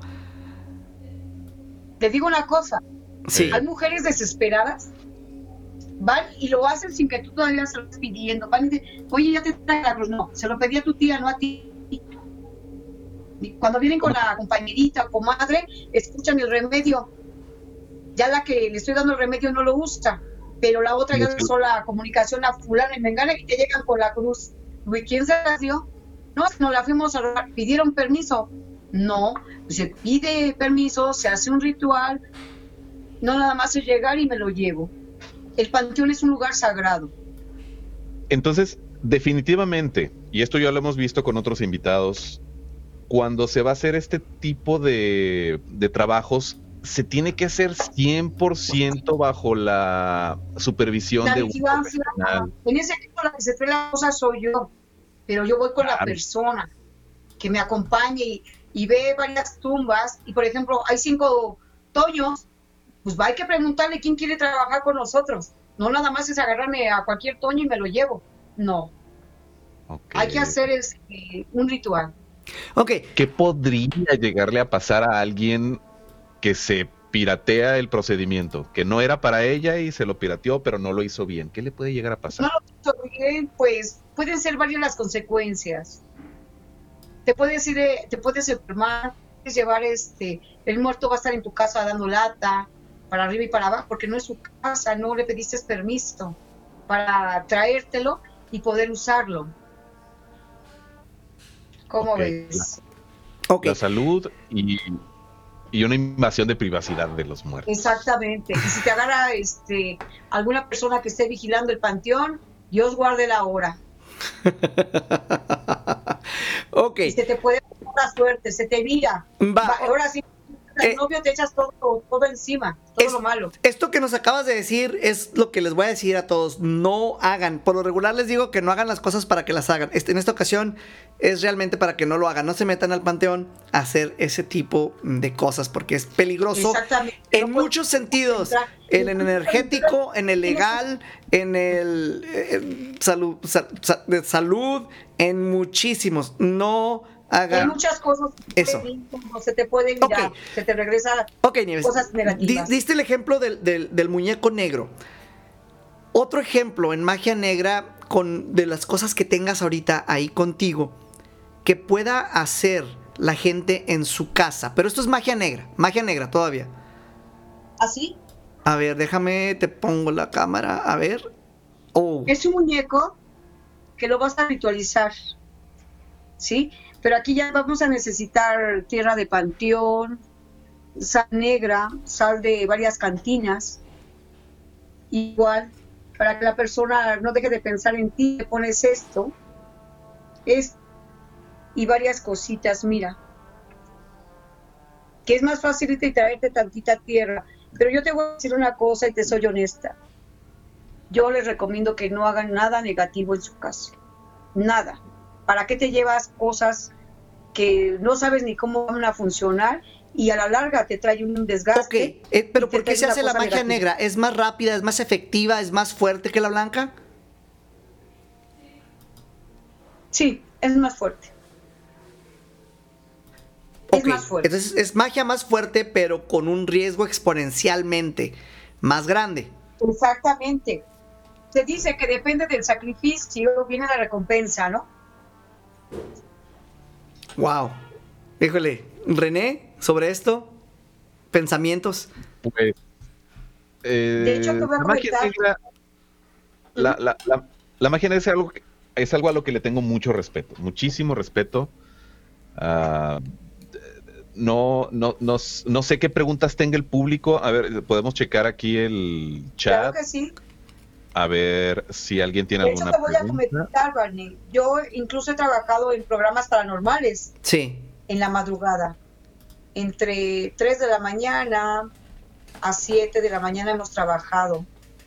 Te digo una cosa. Sí. Hay mujeres desesperadas, van y lo hacen sin que tú todavía se lo estés pidiendo. Van y dicen, oye, ya te trae la cruz. No, se lo pedí a tu tía, no a ti. Y cuando vienen con la compañerita o comadre, escuchan el remedio. Ya la que le estoy dando el remedio no lo usa, pero la otra ya usó la comunicación a fulana y mengana y te llegan con la cruz. ¿Quién se las dio? No, nos la fuimos a robar. ¿Pidieron permiso? No, se pide permiso, se hace un ritual, no nada más es llegar y me lo llevo. El panteón es un lugar sagrado. Entonces, definitivamente, y esto ya lo hemos visto con otros invitados, cuando se va a hacer este tipo de trabajos, se tiene que hacer 100% bajo la supervisión La de un vigilancia, profesional. en ese caso la que se trae la cosa soy yo, pero yo voy con la Claro. persona que me acompañe y ve varias tumbas y por ejemplo hay 5 toños, pues hay que preguntarle quién quiere trabajar con nosotros. No nada más es agarrarme a cualquier toño y me lo llevo. No, Ok. hay que hacer un ritual. Ok, ¿Qué podría llegarle a pasar a alguien que se piratea el procedimiento? Que no era para ella y se lo pirateó, pero no lo hizo bien. ¿Qué le puede llegar a No pasar? lo hizo bien, pues pueden ser varias las consecuencias. Te puedes ir, te puedes enfermar, puedes llevar el muerto va a estar en tu casa dando lata para arriba y para abajo, porque no es su casa, no le pediste permiso para traértelo y poder usarlo. ¿Cómo Ok. ves? ok. La salud y una invasión de privacidad de los muertos. Exactamente. Y si te agarra alguna persona que esté vigilando el panteón, Dios guarde la hora. Ok, Y se te puede dar la suerte, se te vira. va. Ahora sí, al novio te echas todo encima, todo Es- lo malo. Esto que nos acabas de decir es lo que les voy a decir a todos. No hagan. Por lo regular les digo que no hagan las cosas para que las hagan. En esta ocasión es realmente para que no lo hagan. No se metan al panteón a hacer ese tipo de cosas porque es peligroso Exactamente. en No puedes muchos sentidos. entrar. En el energético, en el legal, en el de salud, en muchísimos. No Hay hagan muchas cosas eso. como se te puede mirar, Ok. se te regresa Ok, Nieves. cosas negativas. Diste el ejemplo del muñeco negro. Otro ejemplo en magia negra de las cosas que tengas ahorita ahí contigo que pueda hacer la gente en su casa. Pero esto es magia negra todavía. Así, A ver, déjame, te pongo la cámara. A ver. Oh, es un muñeco que lo vas a ritualizar, ¿sí? Pero aquí ya vamos a necesitar tierra de panteón, sal negra, sal de varias cantinas, igual, para que la persona no deje de pensar en ti, le pones esto, y varias cositas, mira, que es más fácil de traerte tantita tierra, pero yo te voy a decir una cosa y te soy honesta, yo les recomiendo que no hagan nada negativo en su casa, nada. ¿Para qué te llevas cosas que no sabes ni cómo van a funcionar y a la larga te trae un ok. desgaste? Pero y te ¿por qué trae se una hace la cosa magia negativa? negra? ¿Es más rápida, es más efectiva, es más fuerte que la blanca? Sí, es más fuerte. Ok, Es más fuerte. entonces es magia más fuerte, pero con un riesgo exponencialmente más grande. Exactamente. Se dice que depende del sacrificio, viene la recompensa, ¿no? Wow. Híjole, René, sobre esto, pensamientos. Pues, De hecho, te voy a la magia comentar. negra, la magia negra es algo a lo que le tengo mucho respeto, muchísimo respeto. Ah, no sé qué preguntas tenga el público. A ver, podemos checar aquí el Claro chat, que sí. a ver si alguien tiene De hecho, alguna te voy a pregunta. comentar, Barney. Yo incluso he trabajado en programas paranormales Sí. en la madrugada. Entre 3 de la mañana a 7 de la mañana hemos trabajado.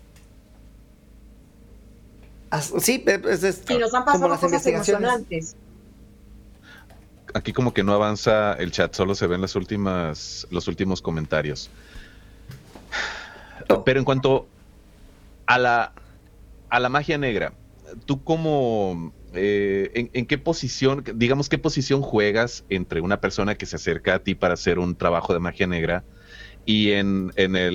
Sí, es Y nos han como pasado las cosas investigaciones. emocionantes. Aquí como que no avanza el chat, solo se ven los últimos comentarios. Oh. Pero en cuanto a la magia negra, ¿tú cómo, en qué posición, digamos, qué posición juegas entre una persona que se acerca a ti para hacer un trabajo de magia negra y en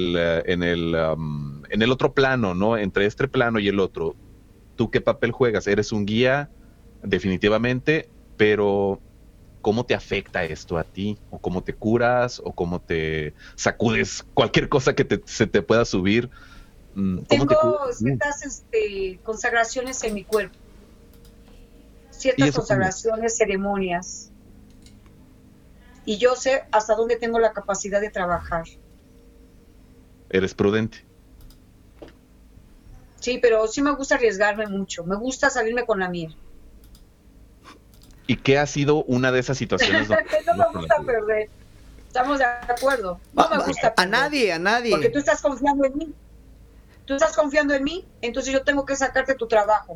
el otro plano, ¿no? Entre este plano y el otro, ¿tú qué papel juegas? Eres un guía, definitivamente, pero ¿cómo te afecta esto a ti? ¿O cómo te curas? ¿O cómo te sacudes cualquier cosa que se te pueda subir? ¿Cómo te Tengo curas? ciertas consagraciones en mi cuerpo. ¿Y Ciertas eso cómo? consagraciones, ceremonias. Y yo sé hasta dónde tengo la capacidad de trabajar. Eres prudente. Sí, pero sí me gusta arriesgarme mucho. Me gusta salirme con la mía. ¿Y qué ha sido una de esas situaciones donde No me gusta perder. Estamos de acuerdo. No me gusta A perder. nadie, a nadie. Porque tú estás confiando en mí. Tú estás confiando en mí, entonces yo tengo que sacarte tu trabajo.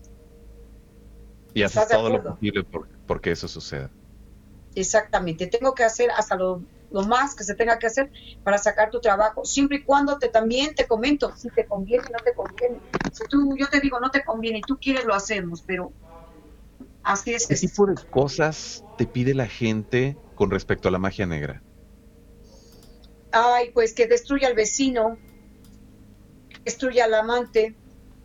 y haces ¿Estás de todo lo acuerdo? posible porque eso suceda? Exactamente. Tengo que hacer hasta lo más que se tenga que hacer para sacar tu trabajo, siempre y cuando también te comento, si te conviene o no te conviene. Si yo te digo no te conviene y tú quieres, lo hacemos, pero así es ¿Qué esto. tipo de cosas te pide la gente con respecto a la magia negra? Ay, pues que destruya al vecino, que destruya al amante,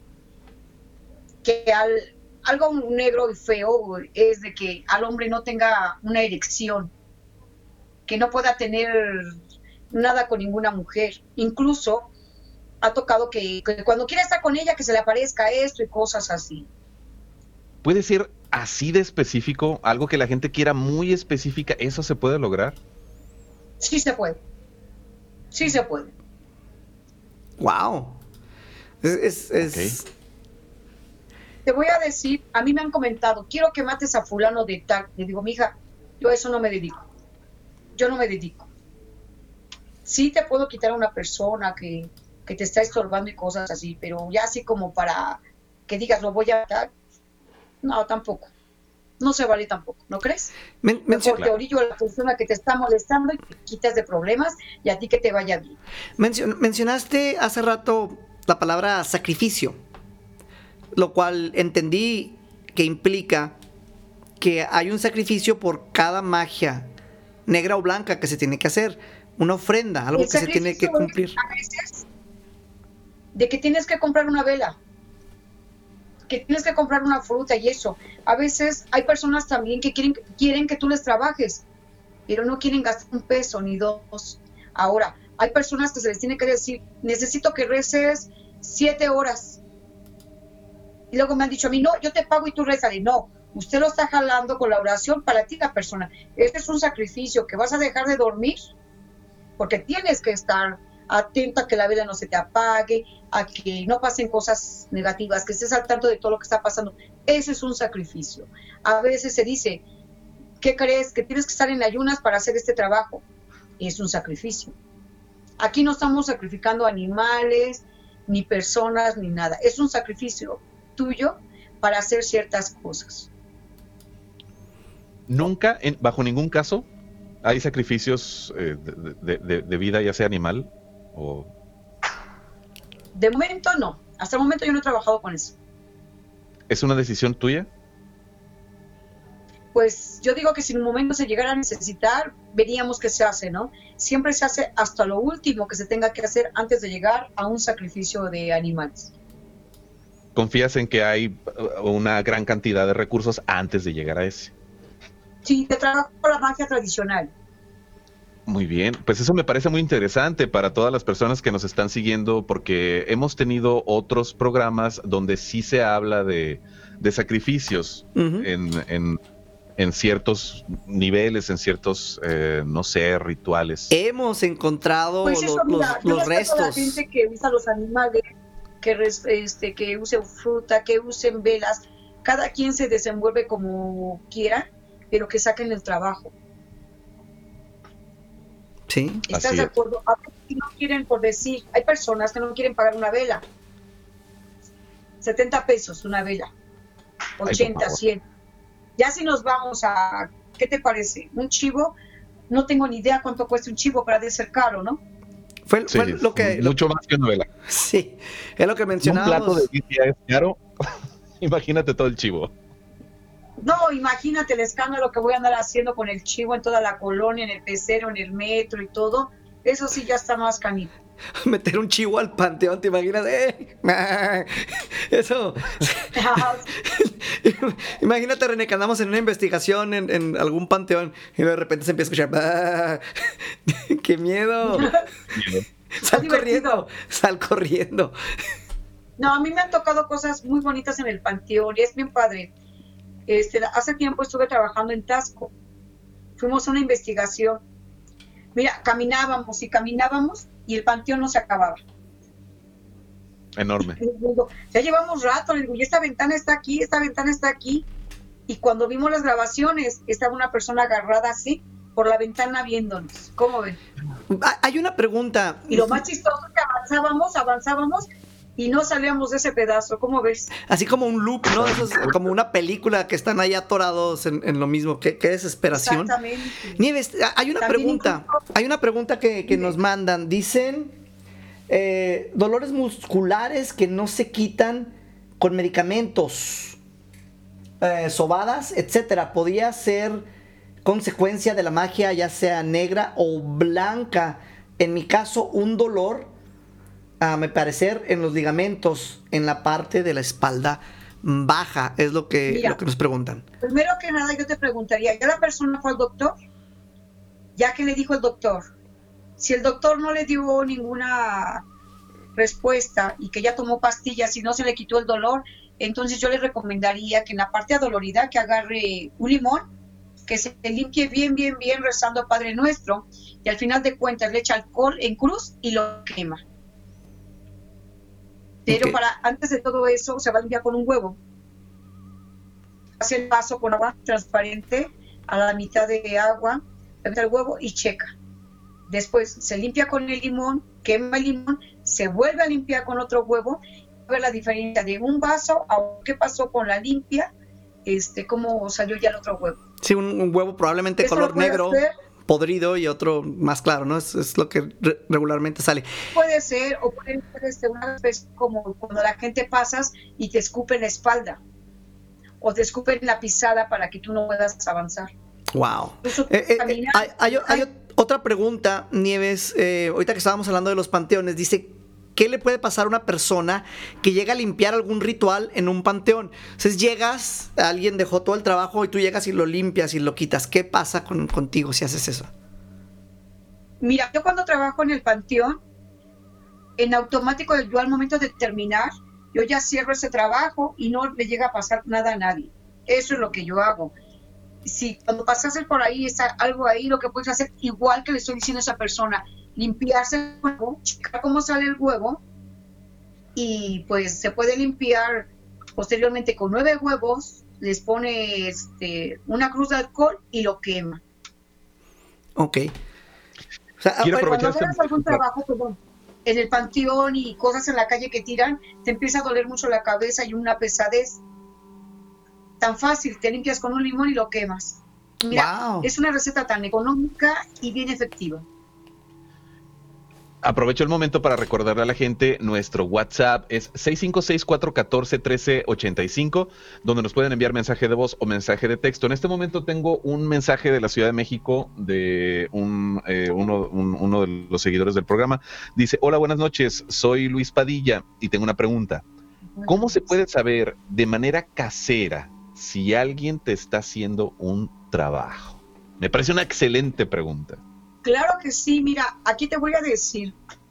que algo negro y feo es de que al hombre no tenga una erección, que no pueda tener nada con ninguna mujer. Incluso ha tocado que cuando quiera estar con ella, que se le aparezca esto y cosas así. ¿Puede ser así de específico? Algo que la gente quiera muy específica, ¿eso se puede lograr? Sí se puede. Sí se puede. Wow. Es Te voy a decir, a mí me han comentado, quiero que mates a fulano de tal. Le digo, mija, yo a eso no me dedico. Yo no me dedico. Sí te puedo quitar a una persona que te está estorbando y cosas así, pero ya así como para que digas, lo voy a matar, no, tampoco. No se vale tampoco, ¿no crees? Mejor te orillo a la persona que te está molestando y te quitas de problemas y a ti que te vaya bien. mencionaste hace rato la palabra sacrificio, lo cual entendí que implica que hay un sacrificio por cada magia, negra o blanca, que se tiene que hacer, una ofrenda, algo que se tiene que cumplir. A veces, de que tienes que comprar una vela, que tienes que comprar una fruta y eso. A veces hay personas también que quieren que tú les trabajes, pero no quieren gastar un peso ni dos. Ahora, hay personas que se les tiene que decir, necesito que reces 7 horas. Y luego me han dicho a mí, no, yo te pago y tú rezale. No, usted lo está jalando con la oración para ti la persona. Este es un sacrificio que vas a dejar de dormir porque tienes que estar atento a que la vela no se te apague, a que no pasen cosas negativas, que estés al tanto de todo lo que está pasando. Ese es un sacrificio. A veces se dice, ¿qué crees? Que tienes que estar en ayunas para hacer este trabajo. Es un sacrificio. Aquí no estamos sacrificando animales, ni personas, ni nada. Es un sacrificio tuyo para hacer ciertas cosas. Nunca, bajo ningún caso, hay sacrificios de vida, ya sea animal o... De momento no. Hasta el momento yo no he trabajado con eso. ¿Es una decisión tuya? Pues yo digo que si en un momento se llegara a necesitar, veríamos qué se hace, ¿no? Siempre se hace hasta lo último que se tenga que hacer antes de llegar a un sacrificio de animales. ¿Confías en que hay una gran cantidad de recursos antes de llegar a ese? Sí, te trabajo con la magia tradicional. Muy bien, pues eso me parece muy interesante para todas las personas que nos están siguiendo, porque hemos tenido otros programas donde sí se habla de sacrificios en ciertos niveles, en ciertos, no sé, rituales. Hemos encontrado pues eso, los restos. La gente que usa los animales, que use fruta, que usen velas, cada quien se desenvuelve como quiera, pero que saquen el trabajo. Sí. ¿Estás de acuerdo? A veces no quieren, por decir, hay personas que no quieren pagar una vela. 70 pesos una vela. 80, 100. Ya si nos vamos a, ¿qué te parece? Un chivo, no tengo ni idea cuánto cuesta un chivo, pero debe ser caro, ¿no? Fue lo que... Mucho más que una vela. Sí, es lo que mencionábamos. Un plato de pizza es caro. Imagínate todo el chivo. No, imagínate el escándalo que voy a andar haciendo con el chivo en toda la colonia, en el pecero, en el metro y todo. Eso sí ya está más canijo. Meter un chivo al panteón, ¿te imaginas? Eso. Imagínate, René, que andamos en una investigación en algún panteón y de repente se empieza a escuchar. ¡Qué miedo! Sal corriendo. No, a mí me han tocado cosas muy bonitas en el panteón y es bien padre. Hace tiempo estuve trabajando en Tasco. Fuimos a una investigación. Mira, caminábamos y el panteón no se acababa. Enorme. Le digo, ya llevamos rato, le digo, y esta ventana está aquí, esta ventana está aquí. Y cuando vimos las grabaciones, estaba una persona agarrada así por la ventana viéndonos. ¿Cómo ven? Hay una pregunta. Y lo más chistoso es que avanzábamos y no salíamos de ese pedazo. ¿Cómo ves? Así como un loop, ¿no? Eso es como una película que están ahí atorados en lo mismo. Qué desesperación. Exactamente. Nieves, hay una También pregunta que nos mandan. Dicen dolores musculares que no se quitan con medicamentos, sobadas, etcétera. Podría ser consecuencia de la magia, ya sea negra o blanca. En mi caso, un dolor, a mi parecer, en los ligamentos, en la parte de la espalda baja, es lo que nos preguntan. Primero que nada, yo te preguntaría, ¿ya la persona fue al doctor? ¿Ya qué le dijo el doctor? Si el doctor no le dio ninguna respuesta y que ya tomó pastillas y no se le quitó el dolor, entonces yo le recomendaría que en la parte adolorida que agarre un limón, que se limpie bien rezando Padre Nuestro, y al final de cuentas le echa alcohol en cruz y lo quema. Pero antes de todo eso se va a limpiar con un huevo. Hace el vaso con agua transparente a la mitad de agua, le mete el huevo y checa. Después se limpia con el limón, quema el limón, se vuelve a limpiar con otro huevo, a ver la diferencia de un vaso a qué pasó con la limpia, cómo salió ya el otro huevo. Sí, un huevo probablemente Eso color lo puede negro, hacer, podrido, y otro más claro, ¿no? Es lo que regularmente sale. puede ser, o puede ser una especie como cuando la gente pasas y te escupe en la espalda, o te escupe en la pisada para que tú no puedas avanzar. Wow. Incluso caminar. Hay otra pregunta, Nieves, ahorita que estábamos hablando de los panteones, dice, ¿qué le puede pasar a una persona que llega a limpiar algún ritual en un panteón? Entonces llegas, alguien dejó todo el trabajo y tú llegas y lo limpias y lo quitas. ¿Qué pasa contigo si haces eso? Mira, yo cuando trabajo en el panteón, en automático, yo al momento de terminar, yo ya cierro ese trabajo y no le llega a pasar nada a nadie. Eso es lo que yo hago. Si cuando pasas por ahí, está algo ahí, lo que puedes hacer, igual que le estoy diciendo a esa persona, limpiarse el huevo, checar cómo sale el huevo, y pues se puede limpiar posteriormente con 9 huevos, les pone una cruz de alcohol y lo quema. Ok. O sea, Quiero Cuando aprovechar hagas algún trabajo, en el panteón y cosas en la calle que tiran, te empieza a doler mucho la cabeza y una pesadez. Tan fácil, te limpias con un limón y lo quemas. Mira, wow. Es una receta tan económica y bien efectiva. Aprovecho el momento para recordarle a la gente, nuestro WhatsApp es 656-414-1385, donde nos pueden enviar mensaje de voz o mensaje de texto. En este momento tengo un mensaje de la Ciudad de México de uno de los seguidores del programa. Dice, hola, buenas noches, soy Luis Padilla y tengo una pregunta. ¿Cómo se puede saber de manera casera si alguien te está haciendo un trabajo? Me parece una excelente pregunta. Claro que sí, mira, aquí te voy a decir,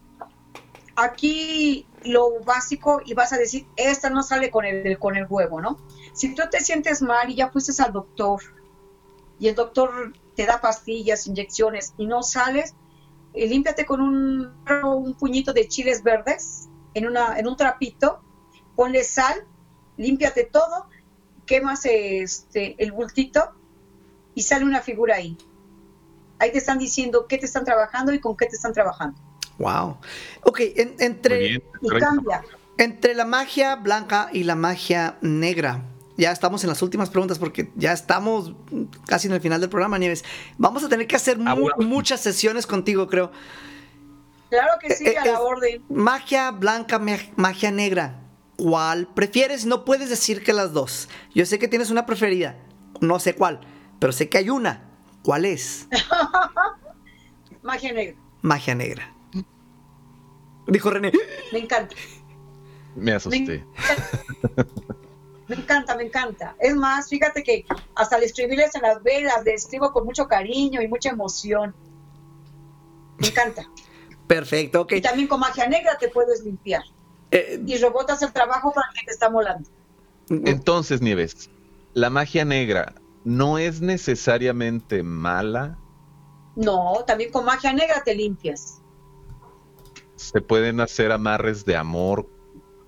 aquí lo básico, y vas a decir, esta no sale con el huevo, ¿no? Si tú te sientes mal y ya fuiste al doctor, y el doctor te da pastillas, inyecciones, y no sales, límpiate con un puñito de chiles verdes, en un trapito, ponle sal, límpiate todo, quemas el bultito, y sale una figura ahí. Ahí te están diciendo qué te están trabajando y con qué te están trabajando. Wow. Ok, Y cambia. entre la magia blanca y la magia negra, ya estamos en las últimas preguntas porque ya estamos casi en el final del programa, Nieves. Vamos a tener que hacer muchas sesiones contigo, creo. Claro que sí, a la orden. Magia blanca, magia negra. ¿Cuál prefieres? No puedes decir que las dos. Yo sé que tienes una preferida, no sé cuál, pero sé que hay una. ¿Cuál es? Magia negra. Magia negra. Dijo René. Me encanta. Me asusté. Me encanta. Es más, fíjate que hasta al escribirles en las velas, le escribo con mucho cariño y mucha emoción. Me encanta. Perfecto, ok. Y también con magia negra te puedes limpiar. Y rebotas el trabajo para que te está molando. Entonces, Nieves, la magia negra no es necesariamente mala. No, también con magia negra te limpias. Se pueden hacer amarres de amor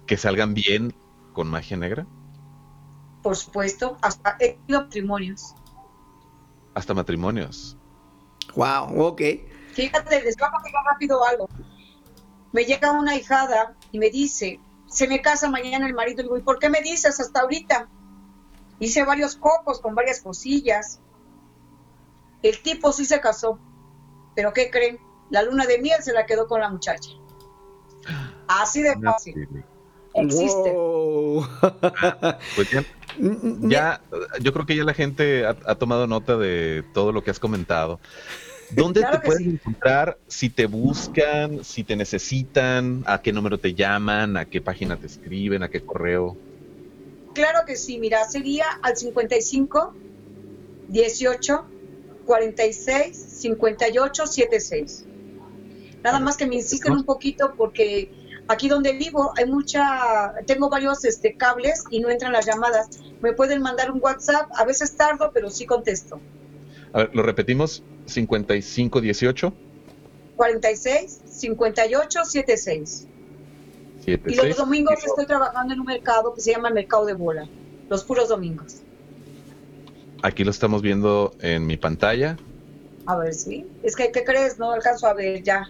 que salgan bien con magia negra. Por supuesto, hasta he tenido matrimonios. Hasta matrimonios. Wow, ok. Fíjate, les voy a contar rápido algo. Me llega una ahijada y me dice, se me casa mañana el marido. Y digo, ¿y por qué me dices hasta ahorita? Hice varios copos con varias cosillas. El tipo sí se casó, pero ¿qué creen? La luna de miel se la quedó con la muchacha. Así de fácil. Existe. Wow. Pues ya, yo creo que ya la gente ha tomado nota de todo lo que has comentado. ¿Dónde Claro te que pueden sí. encontrar? Si te buscan, si te necesitan, a qué número te llaman, a qué página te escriben, a qué correo. Claro que sí, mira, sería al 55 18 46 58 76. Nada más que me insisten un poquito porque aquí donde vivo hay tengo varios cables y no entran las llamadas. Me pueden mandar un WhatsApp, a veces tardo, pero sí contesto. A ver, lo repetimos, 5518 46 58 76. 76. Y los domingos estoy trabajando en un mercado que se llama el Mercado de Bola, los puros domingos. Aquí lo estamos viendo en mi pantalla. A ver, sí. Es que, ¿qué crees? No alcanzo a ver ya.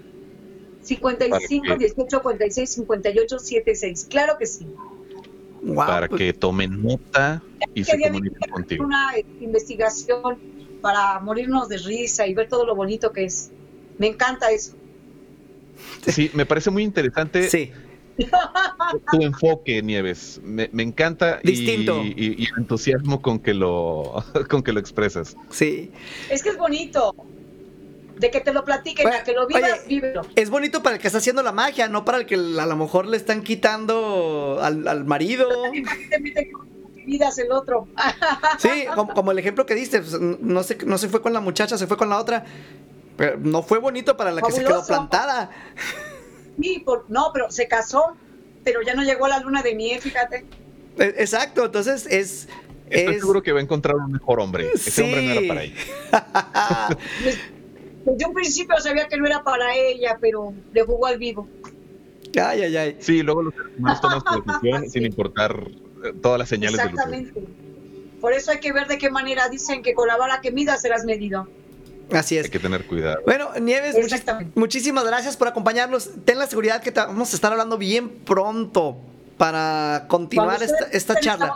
55 18 46 58 76. Claro que sí. Wow, para que tomen nota y se Quería comuniquen contigo. una investigación para morirnos de risa y ver todo lo bonito que es. Me encanta eso. Sí, me parece muy interesante sí. tu enfoque, Nieves. Me encanta Distinto. y el entusiasmo con que lo expresas. Sí. Es que es bonito. De que te lo platiquen, Bueno, a que lo vivas, oye, vívelo. Es bonito para el que está haciendo la magia, no para el que a lo mejor le están quitando al marido. Vidas el otro. Sí, como el ejemplo que diste, pues, no se fue con la muchacha, se fue con la otra. Pero no fue bonito para la que se quedó Fabuloso. plantada. Sí, no, pero se casó, pero ya no llegó a la luna de miel, fíjate. Exacto, entonces Estoy seguro que va a encontrar un mejor hombre. Ese hombre no era para ella. Desde un principio sabía que no era para ella, pero le jugó al vivo. Ay. Sí, luego los seres humanos toman su decisión Sí. sin importar todas las señales de luz. Exactamente. Por eso hay que ver de qué manera dicen que con la vara que midas serás medido. Así es. Hay que tener cuidado. Bueno, Nieves, Exactamente. muchísimas gracias por acompañarnos. Ten la seguridad que vamos a estar hablando bien pronto para continuar esta charla.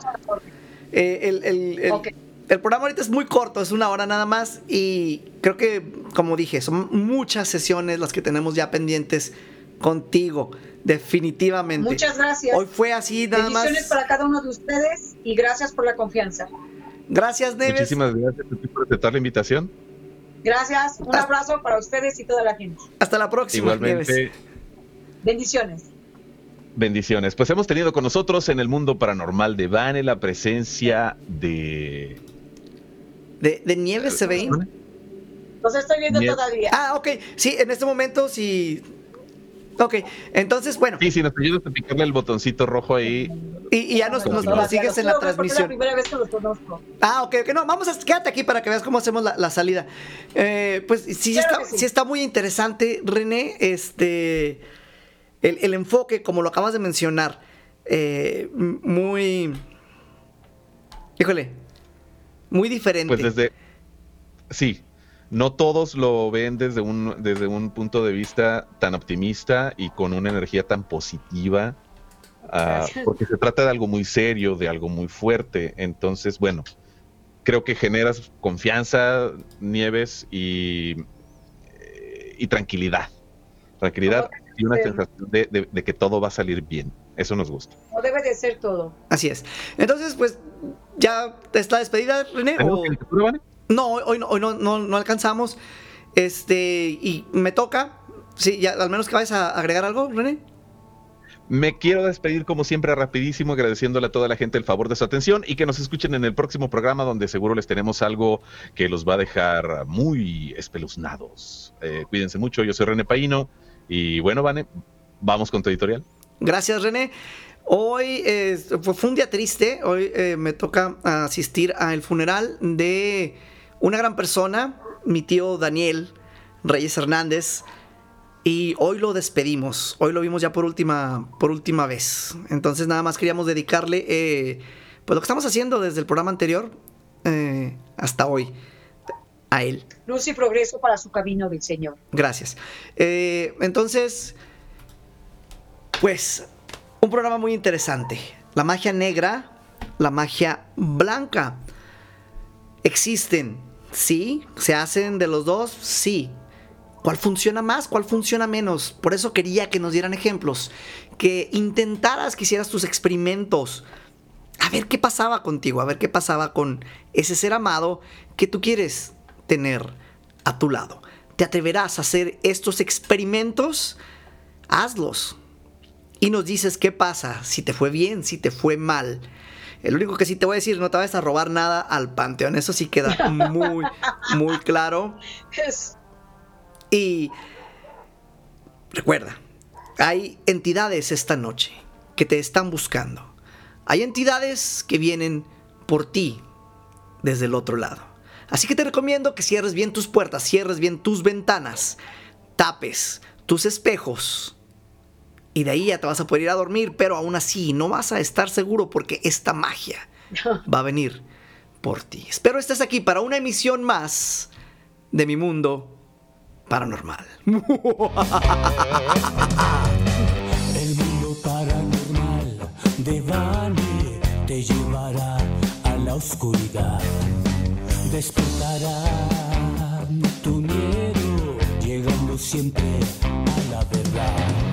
Ok. El programa ahorita es muy corto, es 1 hora nada más y creo que, como dije, son muchas sesiones las que tenemos ya pendientes contigo, definitivamente. Muchas gracias. Hoy fue así nada más. Bendiciones para cada uno de ustedes y gracias por la confianza. Gracias, Nieves. Muchísimas gracias por aceptar la invitación. Gracias, un abrazo para ustedes y toda la gente. Hasta la próxima, Igualmente. Nieves. Bendiciones. Bendiciones. Pues hemos tenido con nosotros en el mundo paranormal de Vane la presencia de Nieves Sevein. Los estoy viendo todavía. Ah, ok. Sí, en este momento sí. Ok, entonces, bueno. Sí, si nos ayudas a picarle el botoncito rojo ahí. Y ya nos sigues en la transmisión. Es la primera vez que los conozco. Ah, ok, no, quédate aquí para que veas cómo hacemos la salida. Pues sí, Claro que sí. sí está muy interesante, René, el enfoque, como lo acabas de mencionar, muy, híjole, muy diferente. Pues sí, no todos lo ven desde un punto de vista tan optimista y con una energía tan positiva. Porque se trata de algo muy serio, de algo muy fuerte. Entonces, bueno, creo que generas confianza, Nieves, y tranquilidad. Tranquilidad y una sensación de que todo va a salir bien. Eso nos gusta. No debe de ser todo. Así es. Entonces, pues, ¿ya está despedida, René? No, hoy no alcanzamos. Y me toca. Sí, ya, al menos que vayas a agregar algo, René. Me quiero despedir como siempre rapidísimo, agradeciéndole a toda la gente el favor de su atención y que nos escuchen en el próximo programa donde seguro les tenemos algo que los va a dejar muy espeluznados. Cuídense mucho, yo soy René Paino y bueno, Vane, vamos con tu editorial. Gracias, René. Hoy fue un día triste, hoy me toca asistir al funeral de una gran persona, mi tío Daniel Reyes Hernández. Y hoy lo despedimos. Hoy lo vimos ya por última vez. Entonces nada más queríamos dedicarle pues lo que estamos haciendo desde el programa anterior hasta hoy a él. Luz y progreso para su camino del Señor. Gracias. Entonces, pues, un programa muy interesante. La magia negra, la magia blanca. ¿Existen? Sí. ¿Se hacen de los dos? Sí. ¿Cuál funciona más? ¿Cuál funciona menos? Por eso quería que nos dieran ejemplos. Que intentaras, que hicieras tus experimentos. A ver qué pasaba contigo. A ver qué pasaba con ese ser amado que tú quieres tener a tu lado. ¿Te atreverás a hacer estos experimentos? Hazlos. Y nos dices qué pasa. Si te fue bien, si te fue mal. El único que sí te voy a decir, no te vayas a robar nada al panteón. Eso sí queda muy, muy claro. Y recuerda, hay entidades esta noche que te están buscando. Hay entidades que vienen por ti desde el otro lado. Así que te recomiendo que cierres bien tus puertas, cierres bien tus ventanas, tapes tus espejos. Y de ahí ya te vas a poder ir a dormir, pero aún así no vas a estar seguro porque esta magia va a venir por ti. Espero estés aquí para una emisión más de Mi Mundo Paranormal. El mundo paranormal de Vane te llevará a la oscuridad. Despertará tu miedo, llegando siempre a la verdad.